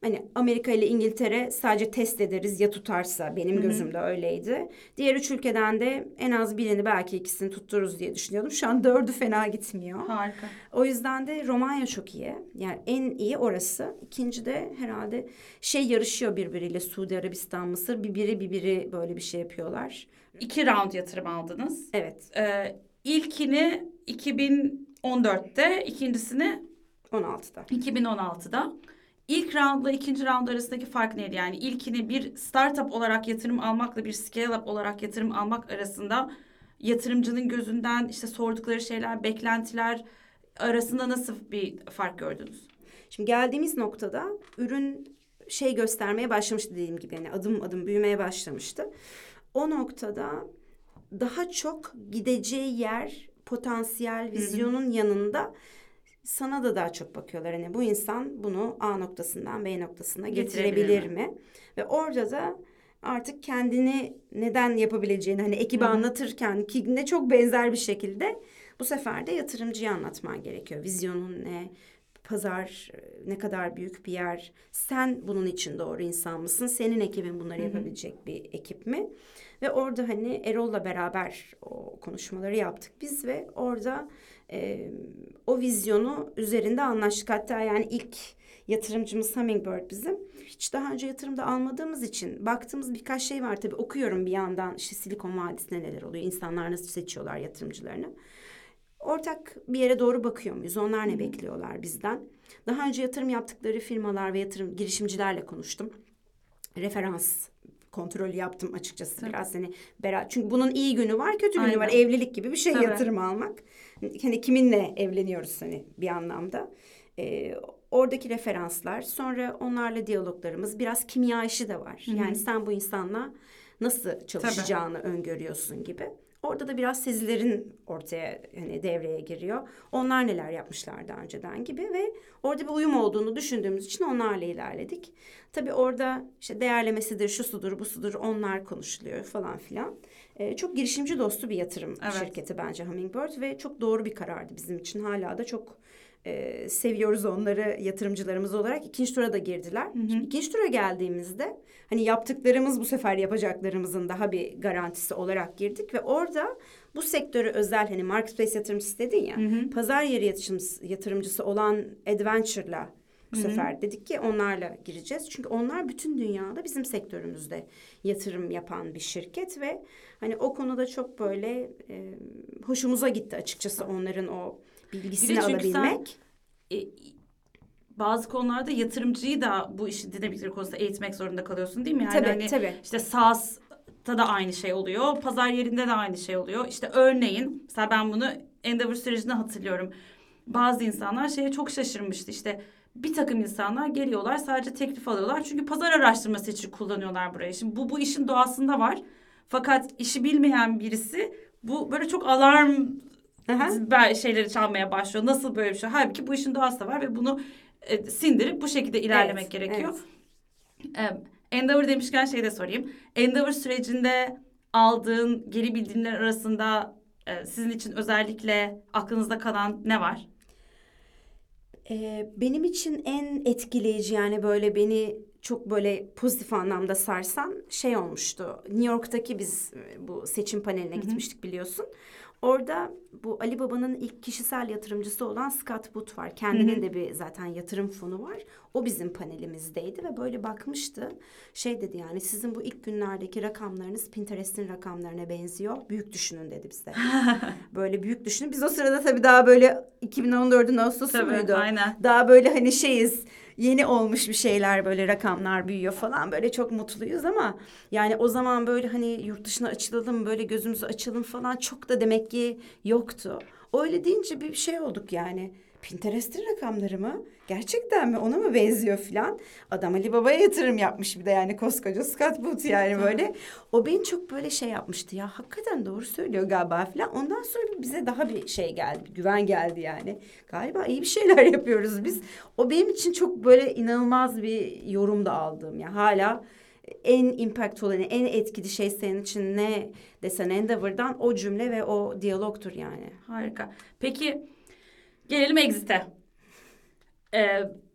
Hani Amerika ile İngiltere sadece test ederiz ya tutarsa, benim gözümde öyleydi. Diğer üç ülkeden de en az birini, belki ikisini tuttururuz diye düşünüyordum. Şu an dördü fena gitmiyor. Harika. O yüzden de Romanya çok iyi. Yani en iyi orası. İkinci de herhalde şey yarışıyor birbiriyle, Suudi Arabistan, Mısır. Bir biri bir biri böyle bir şey yapıyorlar. İki round yatırım aldınız. Evet. Ee, ilkini iki bin on dörtte, ikincisini on altıda. iki bin on altıda. İlk roundla ikinci round arasındaki fark neydi? Yani ilkini bir startup olarak yatırım almakla bir scale up olarak yatırım almak arasında yatırımcının gözünden işte sordukları şeyler, beklentiler arasında nasıl bir fark gördünüz? Şimdi geldiğimiz noktada ürün şey göstermeye başlamıştı, dediğim gibi. Yani adım adım büyümeye başlamıştı. O noktada daha çok gideceği yer, potansiyel, vizyonun yanında sana da daha çok bakıyorlar. Hani bu insan bunu A noktasından B noktasına Getirebilir getirebilir mi? mi? Ve orada da artık kendini neden yapabileceğini, hani ekibi Hı hı. anlatırken ki de çok benzer bir şekilde bu sefer de yatırımcıya anlatman gerekiyor. Vizyonun ne? Pazar e, ne kadar büyük bir yer? Sen bunun için doğru insan mısın? Senin ekibin bunları yapabilecek bir ekip mi? Ve orada hani Erol'la beraber o konuşmaları yaptık biz ve orada e, o vizyonu üzerinde anlaştık. Hatta yani ilk yatırımcımız Hummingbird bizim. Hiç daha önce yatırımda almadığımız için baktığımız birkaç şey var tabii. Okuyorum bir yandan işte Silikon Vadisi'nde neler oluyor? İnsanlar nasıl seçiyorlar yatırımcılarını? Ortak bir yere doğru bakıyor muyuz? Onlar ne Hı-hı. bekliyorlar bizden? Daha önce yatırım yaptıkları firmalar ve yatırım girişimcilerle konuştum. Referans kontrolü yaptım açıkçası. Tabii. Biraz hani beraber, çünkü bunun iyi günü var, kötü günü Aynen. var. Evlilik gibi bir şey, Tabii. yatırım almak. Hani kiminle evleniyoruz hani bir anlamda. Ee, oradaki referanslar, sonra onlarla diyaloglarımız, biraz kimya işi de var. Hı-hı. Yani sen bu insanla nasıl çalışacağını Tabii. öngörüyorsun gibi. Orada da biraz sezilerin ortaya hani devreye giriyor. Onlar neler yapmışlar daha önceden gibi ve orada bir uyum olduğunu düşündüğümüz için onlarla ilerledik. Tabii orada işte değerlemesidir, şu sudur, bu sudur, onlar konuşuluyor falan filan. Ee, çok girişimci dostu bir yatırım Evet. şirketi bence Hummingbird ve çok doğru bir karardı bizim için. Hala da çok e, seviyoruz onları yatırımcılarımız olarak. İkinci tura da girdiler. Hı hı. Şimdi ikinci tura geldiğimizde hani yaptıklarımız bu sefer yapacaklarımızın daha bir garantisi olarak girdik ve orada bu sektöre özel, hani marketplace yatırımcısı dedin ya, Hı hı. pazar yeri yatırımcısı, yatırımcısı olan Adventure'la bu Hı hı. sefer dedik ki onlarla gireceğiz. Çünkü onlar bütün dünyada bizim sektörümüzde yatırım yapan bir şirket ve hani o konuda çok böyle e, hoşumuza gitti açıkçası onların o bilgisini alabilmek. Sen, e, bazı konularda yatırımcıyı da bu işin dinamikleri konusunda eğitmek zorunda kalıyorsun değil mi? Yani Tabii, hani tabii. İşte SaaS'ta da aynı şey oluyor. Pazar yerinde de aynı şey oluyor. İşte örneğin mesela ben bunu Endeavor sürecinde hatırlıyorum. Bazı insanlar şeye çok şaşırmıştı. İşte bir takım insanlar geliyorlar, sadece teklif alıyorlar. Çünkü pazar araştırması için kullanıyorlar burayı. Şimdi bu bu işin doğasında var. Fakat işi bilmeyen birisi bu böyle çok alarm Aha. şeyleri çalmaya başlıyor. Nasıl böyle bir şey? Halbuki bu işin doğası da var ve bunu e, sindirip bu şekilde ilerlemek evet, gerekiyor. Evet. E, Endeavor demişken şey de sorayım. Endeavor sürecinde aldığın geri bildirimler arasında e, sizin için özellikle aklınızda kalan ne var? Ee, benim için en etkileyici, yani böyle beni çok böyle pozitif anlamda sarsan şey olmuştu. New York'taki biz bu seçim paneline Hı-hı. gitmiştik biliyorsun. Orada bu Ali Baba'nın ilk kişisel yatırımcısı olan Scott Wood var. Kendinin Hı-hı. de bir zaten yatırım fonu var. O bizim panelimizdeydi ve böyle bakmıştı. Şey dedi, yani sizin bu ilk günlerdeki rakamlarınız Pinterest'in rakamlarına benziyor. Büyük düşünün dedi bize. Böyle büyük düşünün. Biz o sırada tabii daha böyle iki bin on dördün Ağustos'u tabii, muydu? Aynen. Daha böyle hani şeyiz. Yeni olmuş bir şeyler, böyle rakamlar büyüyor falan, böyle çok mutluyuz ama yani o zaman böyle hani yurt dışına açılalım, böyle gözümüzü açalım falan çok da demek ki yoktu. Öyle deyince bir şey olduk yani. Pinterest'in rakamları mı? Gerçekten mi? Ona mı benziyor filan? Adam Ali Baba'ya yatırım yapmış bir de, yani koskoca Scott Wood yani böyle. O beni çok böyle şey yapmıştı ya, hakikaten doğru söylüyor galiba filan. Ondan sonra bize daha bir şey geldi, güven geldi yani. Galiba iyi bir şeyler yapıyoruz biz. O benim için çok böyle inanılmaz bir yorum da aldığım ya. Hala en impact olan, en etkili şey senin için ne desen Endeavor'dan o cümle ve o diyalogtur yani. Harika. Peki gelelim Exit'e. Ee,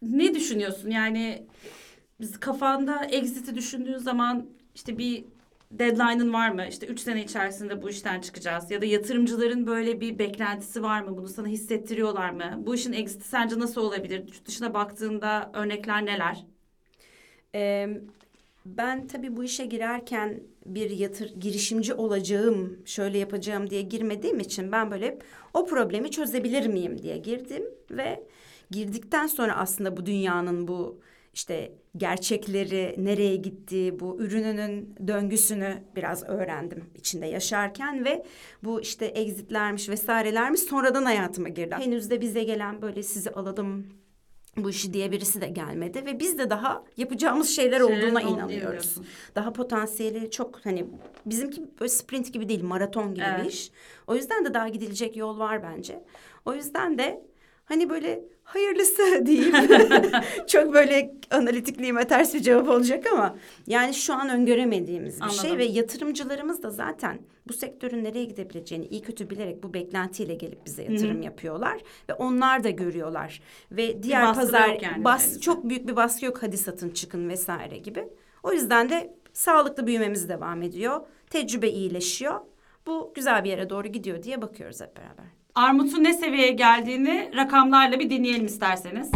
ne düşünüyorsun? Yani biz kafanda exit'i düşündüğün zaman işte bir deadline'ın var mı? İşte üç sene içerisinde bu işten çıkacağız. Ya da yatırımcıların böyle bir beklentisi var mı? Bunu sana hissettiriyorlar mı? Bu işin exit'i sence nasıl olabilir? Yurt dışına baktığında örnekler neler? Ee, ben tabii bu işe girerken bir yatır girişimci olacağım, şöyle yapacağım diye girmediğim için ben böyle o problemi çözebilir miyim diye girdim ve girdikten sonra aslında bu dünyanın bu işte gerçekleri, nereye gittiği, bu ürününün döngüsünü biraz öğrendim içinde yaşarken ve bu işte exitlermiş vesairelermiş sonradan hayatıma girdi. Henüz de bize gelen böyle sizi alalım bu işi diye birisi de gelmedi ve biz de daha yapacağımız şeyler Şeylerin olduğuna olduğunu inanıyoruz. biliyorsun. Daha potansiyeli çok hani bizimki böyle sprint gibi değil, maraton gibi Evet. bir iş. O yüzden de daha gidilecek yol var bence. O yüzden de hani böyle hayırlısı diyeyim. Çok böyle analitikliğime ters bir cevap olacak ama yani şu an öngöremediğimiz bir Anladım. şey ve yatırımcılarımız da zaten bu sektörün nereye gidebileceğini iyi kötü bilerek bu beklentiyle gelip bize yatırım yapıyorlar ve onlar da görüyorlar ve diğer baskı da pazar yok yani bas üzerinizde. çok büyük bir baskı yok, hadi satın çıkın vesaire gibi. O yüzden de sağlıklı büyümemiz devam ediyor. Tecrübe iyileşiyor. Bu güzel bir yere doğru gidiyor diye bakıyoruz hep beraber. Armut'un ne seviyeye geldiğini rakamlarla bir dinleyelim isterseniz.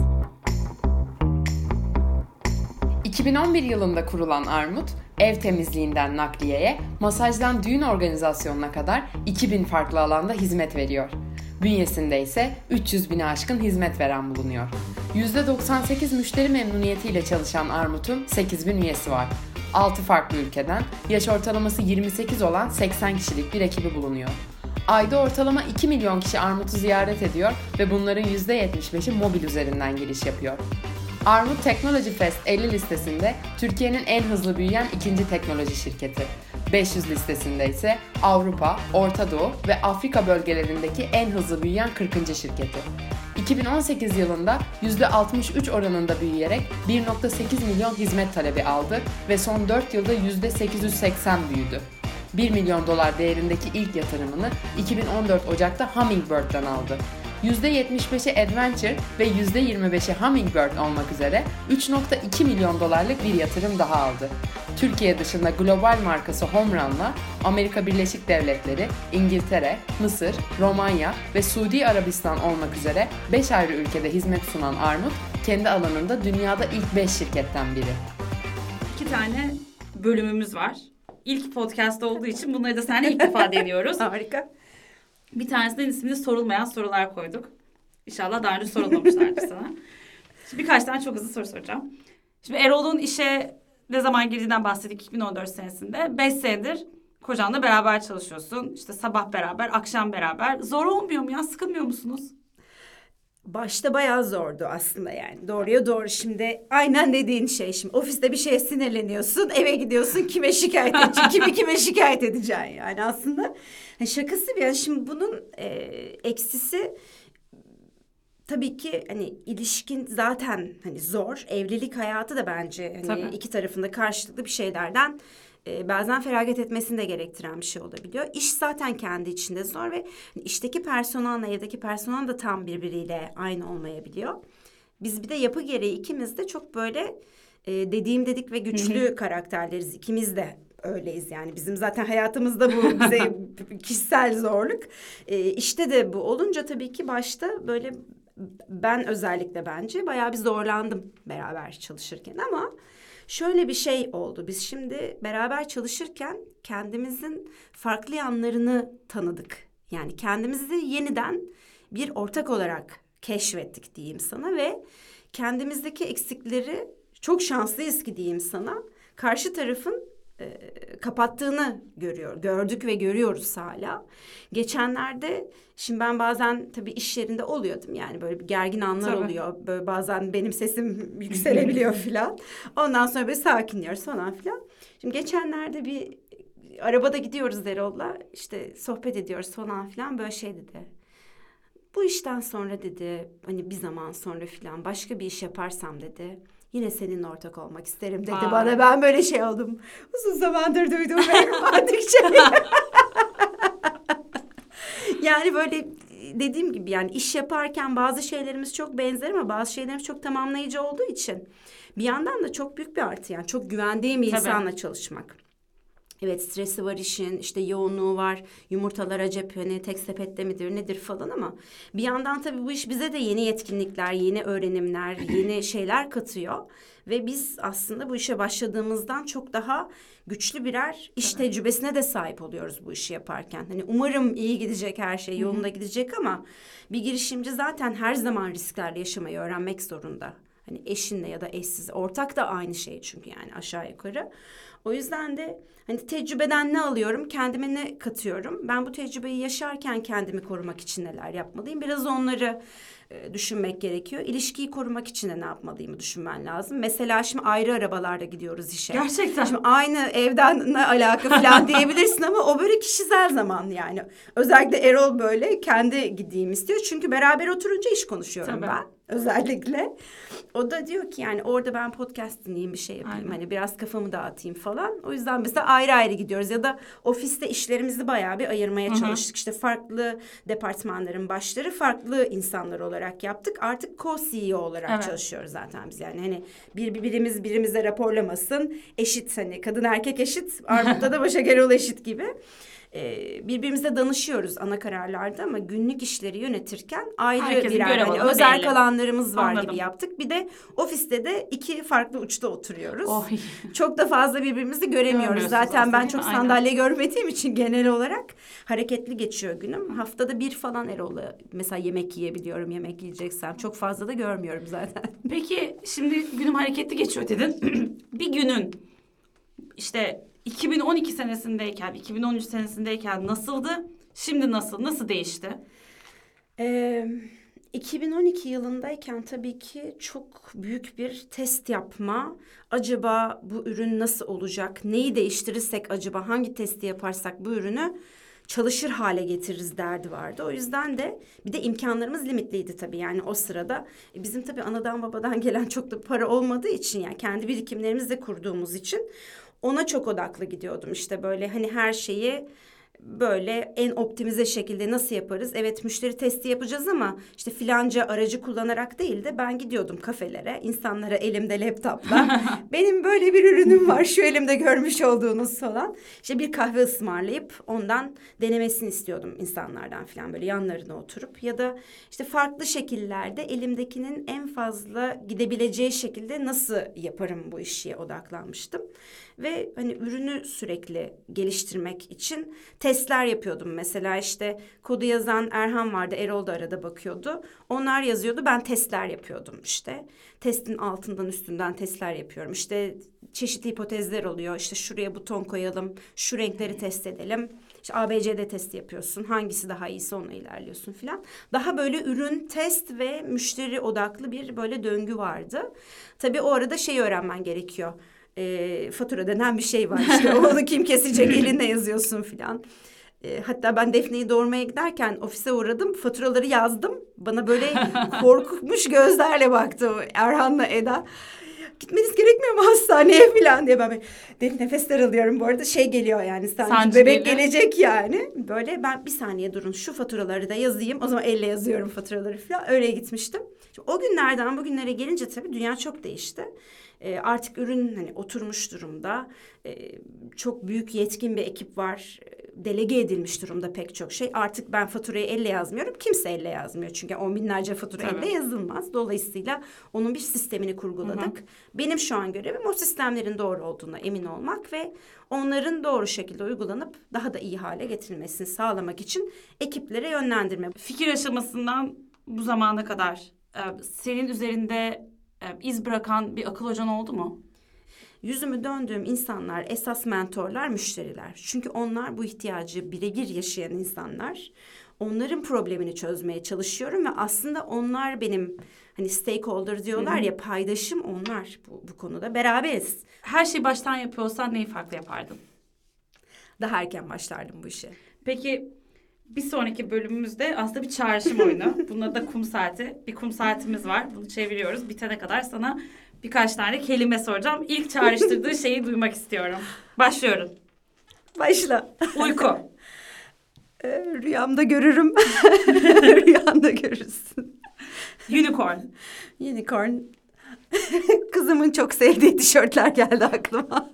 iki bin on bir yılında kurulan Armut, ev temizliğinden nakliyeye, masajdan düğün organizasyonuna kadar iki bin farklı alanda hizmet veriyor. Bünyesinde ise üç yüz bine aşkın hizmet veren bulunuyor. yüzde doksan sekiz müşteri memnuniyetiyle çalışan Armut'un sekiz bin üyesi var. altı farklı ülkeden, yaş ortalaması yirmi sekiz olan seksen kişilik bir ekibi bulunuyor. Ayda ortalama iki milyon kişi Armut'u ziyaret ediyor ve bunların yüzde yetmiş beşi mobil üzerinden giriş yapıyor. Armut Technology Fest elli listesinde Türkiye'nin en hızlı büyüyen ikinci teknoloji şirketi. beş yüz listesinde ise Avrupa, Orta Doğu ve Afrika bölgelerindeki en hızlı büyüyen kırkıncı şirketi. iki bin on sekiz yılında yüzde altmış üç oranında büyüyerek bir virgül sekiz milyon hizmet talebi aldı ve son dört yılda yüzde sekiz yüz seksen büyüdü. bir milyon dolar değerindeki ilk yatırımını iki bin on dört Ocak'ta Hummingbird'den aldı. yüzde yetmiş beşi Adventure ve yüzde yirmi beşi Hummingbird olmak üzere üç virgül iki milyon dolarlık bir yatırım daha aldı. Türkiye dışında global markası Homerun'la Amerika Birleşik Devletleri, İngiltere, Mısır, Romanya ve Suudi Arabistan olmak üzere beş ayrı ülkede hizmet sunan Armut, kendi alanında dünyada ilk beş şirketten biri. İki tane bölümümüz var. İlk podcast olduğu için bunları da seninle ilk defa deniyoruz. Harika. Bir tanesinin ismini sorulmayan sorular koyduk. İnşallah daha önce sorulmamışlardır sana. Şimdi birkaç tane çok hızlı soru soracağım. Şimdi Erol'un işe ne zaman girdiğinden bahsettik iki bin on dört senesinde. Beş senedir kocanla beraber çalışıyorsun. İşte sabah beraber, akşam beraber. Zor olmuyor mu ya? Sıkılmıyor musunuz? Başta bayağı zordu aslında yani. Doğruya doğru şimdi aynen dediğin şey. Şimdi ofiste bir şeye sinirleniyorsun, eve gidiyorsun, kime şikayet edeceksin, kimi kime şikayet edeceksin yani aslında. Yani şakası bir yana şimdi bunun e, eksisi tabii ki hani ilişkin zaten hani zor. Evlilik hayatı da bence hani Tabii. iki tarafında karşılıklı bir şeylerden e, bazen feragat etmesini de gerektiren bir şey olabiliyor. İş zaten kendi içinde zor ve hani işteki personelle evdeki personel de tam birbiriyle aynı olmayabiliyor. Biz bir de yapı gereği ikimiz de çok böyle e, dediğim dedik ve güçlü karakterleriz. İkimiz de öyleyiz yani. Bizim zaten hayatımızda bu bize kişisel zorluk. E, işte de bu olunca tabii ki başta böyle ben özellikle bence bayağı bir zorlandım beraber çalışırken ama şöyle bir şey oldu. Biz şimdi beraber çalışırken kendimizin farklı yanlarını tanıdık. Yani kendimizi yeniden bir ortak olarak keşfettik diyeyim sana ve kendimizdeki eksikleri çok şanslıyız ki diyeyim sana. Karşı tarafın e, kapattığını görüyor, gördük ve görüyoruz hala. Geçenlerde şimdi ben bazen tabii iş yerinde oluyordum yani böyle bir gergin anlar Tabii. oluyor. Böyle bazen benim sesim yükselebiliyor filan. Ondan sonra böyle sakinliyoruz falan filan. Şimdi geçenlerde bir arabada gidiyoruz Erol'la işte sohbet ediyoruz falan filan böyle şey dedi. Bu işten sonra dedi hani bir zaman sonra filan başka bir iş yaparsam dedi. Yine seninle ortak olmak isterim dedi Aa. bana. Ben böyle şey oldum. Uzun zamandır duyduğum en romantik şey. Yani böyle dediğim gibi yani iş yaparken bazı şeylerimiz çok benzer ama bazı şeylerimiz çok tamamlayıcı olduğu için bir yandan da çok büyük bir artı yani çok güvendiğim bir Tabii. insanla çalışmak. Evet stresi var işin, işte yoğunluğu var, yumurtalara cephe ne, tek sepette midir nedir falan ama bir yandan tabii bu iş bize de yeni yetkinlikler, yeni öğrenimler, yeni şeyler katıyor. Ve biz aslında bu işe başladığımızdan çok daha güçlü birer iş Evet. tecrübesine de sahip oluyoruz bu işi yaparken. Hani umarım iyi gidecek her şey, yolunda gidecek ama bir girişimci zaten her zaman risklerle yaşamayı öğrenmek zorunda. Hani eşinle ya da eşsiz, ortak da aynı şey çünkü yani aşağı yukarı. O yüzden de hani tecrübeden ne alıyorum, kendime ne katıyorum? Ben bu tecrübeyi yaşarken kendimi korumak için neler yapmalıyım? Biraz onları e, düşünmek gerekiyor. İlişkiyi korumak için de ne yapmalıyımı düşünmen lazım. Mesela şimdi ayrı arabalarda gidiyoruz işe. Gerçekten. Şimdi aynı evden ne alaka falan diyebilirsin ama o böyle kişisel zaman yani. Özellikle Erol böyle kendi gideyim istiyor. Çünkü beraber oturunca iş konuşuyorum Tabii. ben. Özellikle. O da diyor ki yani orada ben podcast dinleyeyim bir şey yapayım. Aynen. Hani biraz kafamı dağıtayım falan. O yüzden mesela ayrı ayrı gidiyoruz. Ya da ofiste işlerimizi bayağı bir ayırmaya Hı hı. çalıştık. İşte farklı departmanların başları farklı insanlar olarak yaptık. Artık co-C E O olarak Evet. çalışıyoruz zaten biz. Yani hani bir, birimiz birimize raporlamasın. Eşit hani kadın erkek eşit. Armut'ta da Başak Erol eşit gibi. Ee, birbirimize danışıyoruz ana kararlarda ama günlük işleri yönetirken ayrı Herkesin birer görev hani alanı özel belli. kalanlarımız var Anladım. gibi yaptık. Bir de ofiste de iki farklı uçta oturuyoruz. Oy. Çok da fazla birbirimizi göremiyoruz. Görmüyorsunuz Zaten aslında, ben değil çok mi? Aynen. sandalye görmediğim için genel olarak hareketli geçiyor günüm. Haftada bir falan Erol'la mesela yemek yiyebiliyorum. Yemek yiyeceksem çok fazla da görmüyorum zaten. Peki şimdi günüm hareketli geçiyor dedin. Bir günün işte iki bin on iki senesindeyken, iki bin on üç senesindeyken nasıldı? Şimdi nasıl? Nasıl değişti? Ee, iki bin on iki yılındayken tabii ki çok büyük bir test yapma. Acaba bu ürün nasıl olacak? Neyi değiştirirsek acaba hangi testi yaparsak bu ürünü çalışır hale getiririz derdi vardı. O yüzden de bir de imkanlarımız limitliydi tabii. Yani o sırada e, bizim tabii anadan babadan gelen çok da para olmadığı için yani kendi birikimlerimizle kurduğumuz için ona çok odaklı gidiyordum. İşte böyle hani her şeyi böyle en optimize şekilde nasıl yaparız? Evet müşteri testi yapacağız ama işte filanca aracı kullanarak değil de ben gidiyordum kafelere, insanlara elimde laptopla benim böyle bir ürünüm var şu elimde görmüş olduğunuz falan. İşte bir kahve ısmarlayıp ondan denemesini istiyordum insanlardan falan böyle yanlarına oturup ya da işte farklı şekillerde elimdekinin en fazla gidebileceği şekilde nasıl yaparım bu işe odaklanmıştım. Ve hani ürünü sürekli geliştirmek için testler yapıyordum. Mesela işte kodu yazan Erhan vardı, Erol da arada bakıyordu. Onlar yazıyordu, ben testler yapıyordum işte. Testin altından üstünden testler yapıyorum. İşte çeşitli hipotezler oluyor. İşte şuraya buton koyalım, şu renkleri test edelim. İşte A B C D testi yapıyorsun. Hangisi daha iyisi onunla ilerliyorsun filan. Daha böyle ürün, test ve müşteri odaklı bir böyle döngü vardı. Tabii o arada şey öğrenmen gerekiyor. E, fatura denen bir şey var işte onu kim kesecek elinle yazıyorsun filan. E, hatta ben Defne'yi doğurmaya giderken ofise uğradım faturaları yazdım bana böyle korkmuş gözlerle baktı Erhan'la Eda. Gitmeniz gerekmiyor mu hastaneye falan diye ben böyle derin nefesler alıyorum bu arada şey geliyor yani sanki Sancı bebek geliyor. gelecek yani. Böyle ben bir saniye durun şu faturaları da yazayım o zaman elle yazıyorum faturaları falan öyle gitmiştim. Şimdi o günlerden bugünlere gelince tabii dünya çok değişti. E, artık ürün hani oturmuş durumda. E, çok büyük yetkin bir ekip var. E, delege edilmiş durumda pek çok şey. Artık ben faturayı elle yazmıyorum. Kimse elle yazmıyor. Çünkü on binlerce fatura Tabii. elle yazılmaz. Dolayısıyla onun bir sistemini kurguladık. Hı hı. Benim şu an görevim o sistemlerin doğru olduğuna emin olmak ve onların doğru şekilde uygulanıp daha da iyi hale getirilmesini sağlamak için ekiplere yönlendirme. Fikir aşamasından bu zamana kadar e, senin üzerinde e, iz bırakan bir akıl hocan oldu mu? Yüzümü döndüğüm insanlar esas mentorlar, müşteriler. Çünkü onlar bu ihtiyacı birebir yaşayan insanlar. Onların problemini çözmeye çalışıyorum ve aslında onlar benim hani stakeholder diyorlar ya paydaşım onlar bu, bu konuda beraberiz. Her şeyi baştan yapıyorsan neyi farklı yapardın? Daha erken başlardım bu işe. Peki bir sonraki bölümümüzde aslında bir çağrışım oyunu. Bunun adı da kum saati. Bir kum saatimiz var. Bunu çeviriyoruz. Bitene kadar sana birkaç tane kelime soracağım. İlk çağrıştırdığı şeyi duymak istiyorum. Başlıyorum. Başla. Uyku. Ee, rüyamda görürüm. Rüyanda görürsün. Unicorn. Unicorn. Kızımın çok sevdiği tişörtler geldi aklıma.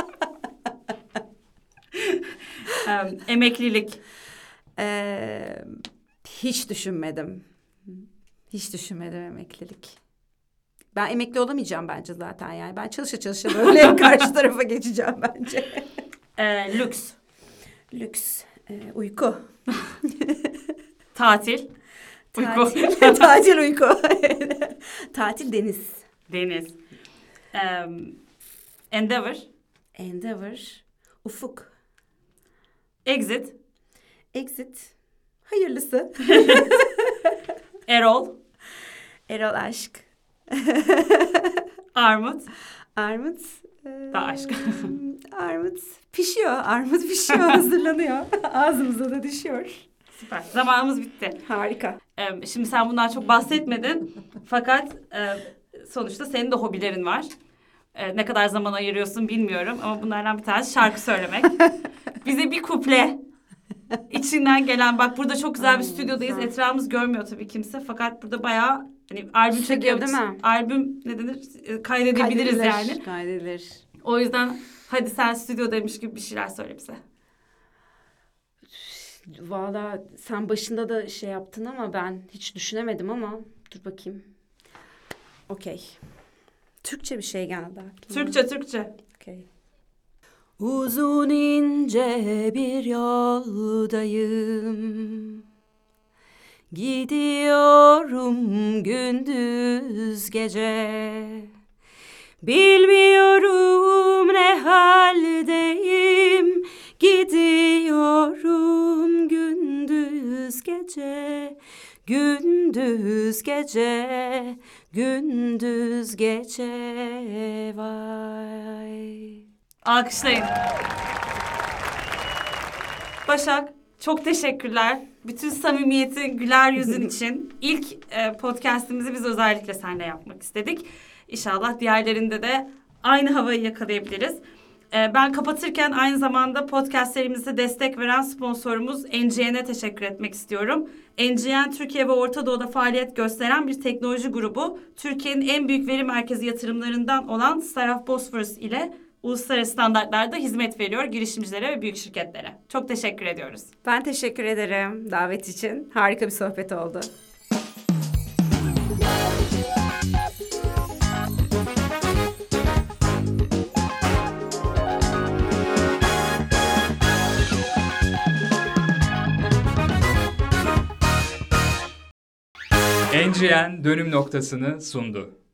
Em, emeklilik. Ee, hiç düşünmedim. Hiç düşünmedim emeklilik. Ben emekli olamayacağım bence zaten yani. Ben çalışa çalışa böyle karşı tarafa geçeceğim bence. Ee, lüks. Lüks, e, uyku. Tatil. Uyku. Tatil, tatil uyku. Tatil deniz. Deniz. Em, endeavor. Endeavor, ufuk. Exit. Exit, hayırlısı. Erol. Erol aşk. Armut. Armut. e, Da aşk. Armut pişiyor. Armut pişiyor, hazırlanıyor. Ağzımıza da düşüyor. Süper. Zamanımız bitti. Harika. Em, şimdi sen bundan çok bahsetmedin. Fakat e, sonuçta senin de hobilerin var. E, ne kadar zaman ayırıyorsun bilmiyorum. Ama bunlardan bir tanesi şarkı söylemek. Bize bir kuple. İçinden gelen, bak burada çok güzel bir Ay, stüdyodayız. güzel. Etrafımız görmüyor tabii kimse. Fakat burada bayağı hani albüm çekiyor. değil mi? Albüm ne denir? E, Kaydedebiliriz yani. Kaydedilir. O yüzden hadi sen stüdyodaymış gibi bir şeyler söyle bize. Valla sen başında da şey yaptın ama ben hiç düşünemedim ama dur bakayım. Okey. Türkçe bir şey geldi aklıma. Türkçe, Türkçe. Okey. Uzun ince bir yoldayım. Gidiyorum gündüz gece. Bilmiyorum ne haldeyim. Gidiyorum gündüz gece. Gündüz gece. Gündüz gece vay. Alkışlayın. Başak, çok teşekkürler. Bütün samimiyetin, güler yüzün için. İlk e, podcast'imizi biz özellikle seninle yapmak istedik. İnşallah diğerlerinde de aynı havayı yakalayabiliriz. E, ben kapatırken aynı zamanda podcast serimize destek veren sponsorumuz N G N'e teşekkür etmek istiyorum. N G N, Türkiye ve Orta Doğu'da faaliyet gösteren bir teknoloji grubu. Türkiye'nin en büyük veri merkezi yatırımlarından olan Staraf Bosphorus ile uluslararası standartlarda hizmet veriyor girişimcilere ve büyük şirketlere. Çok teşekkür ediyoruz. Ben teşekkür ederim davet için. Harika bir sohbet oldu. N G N dönüm noktasını sundu.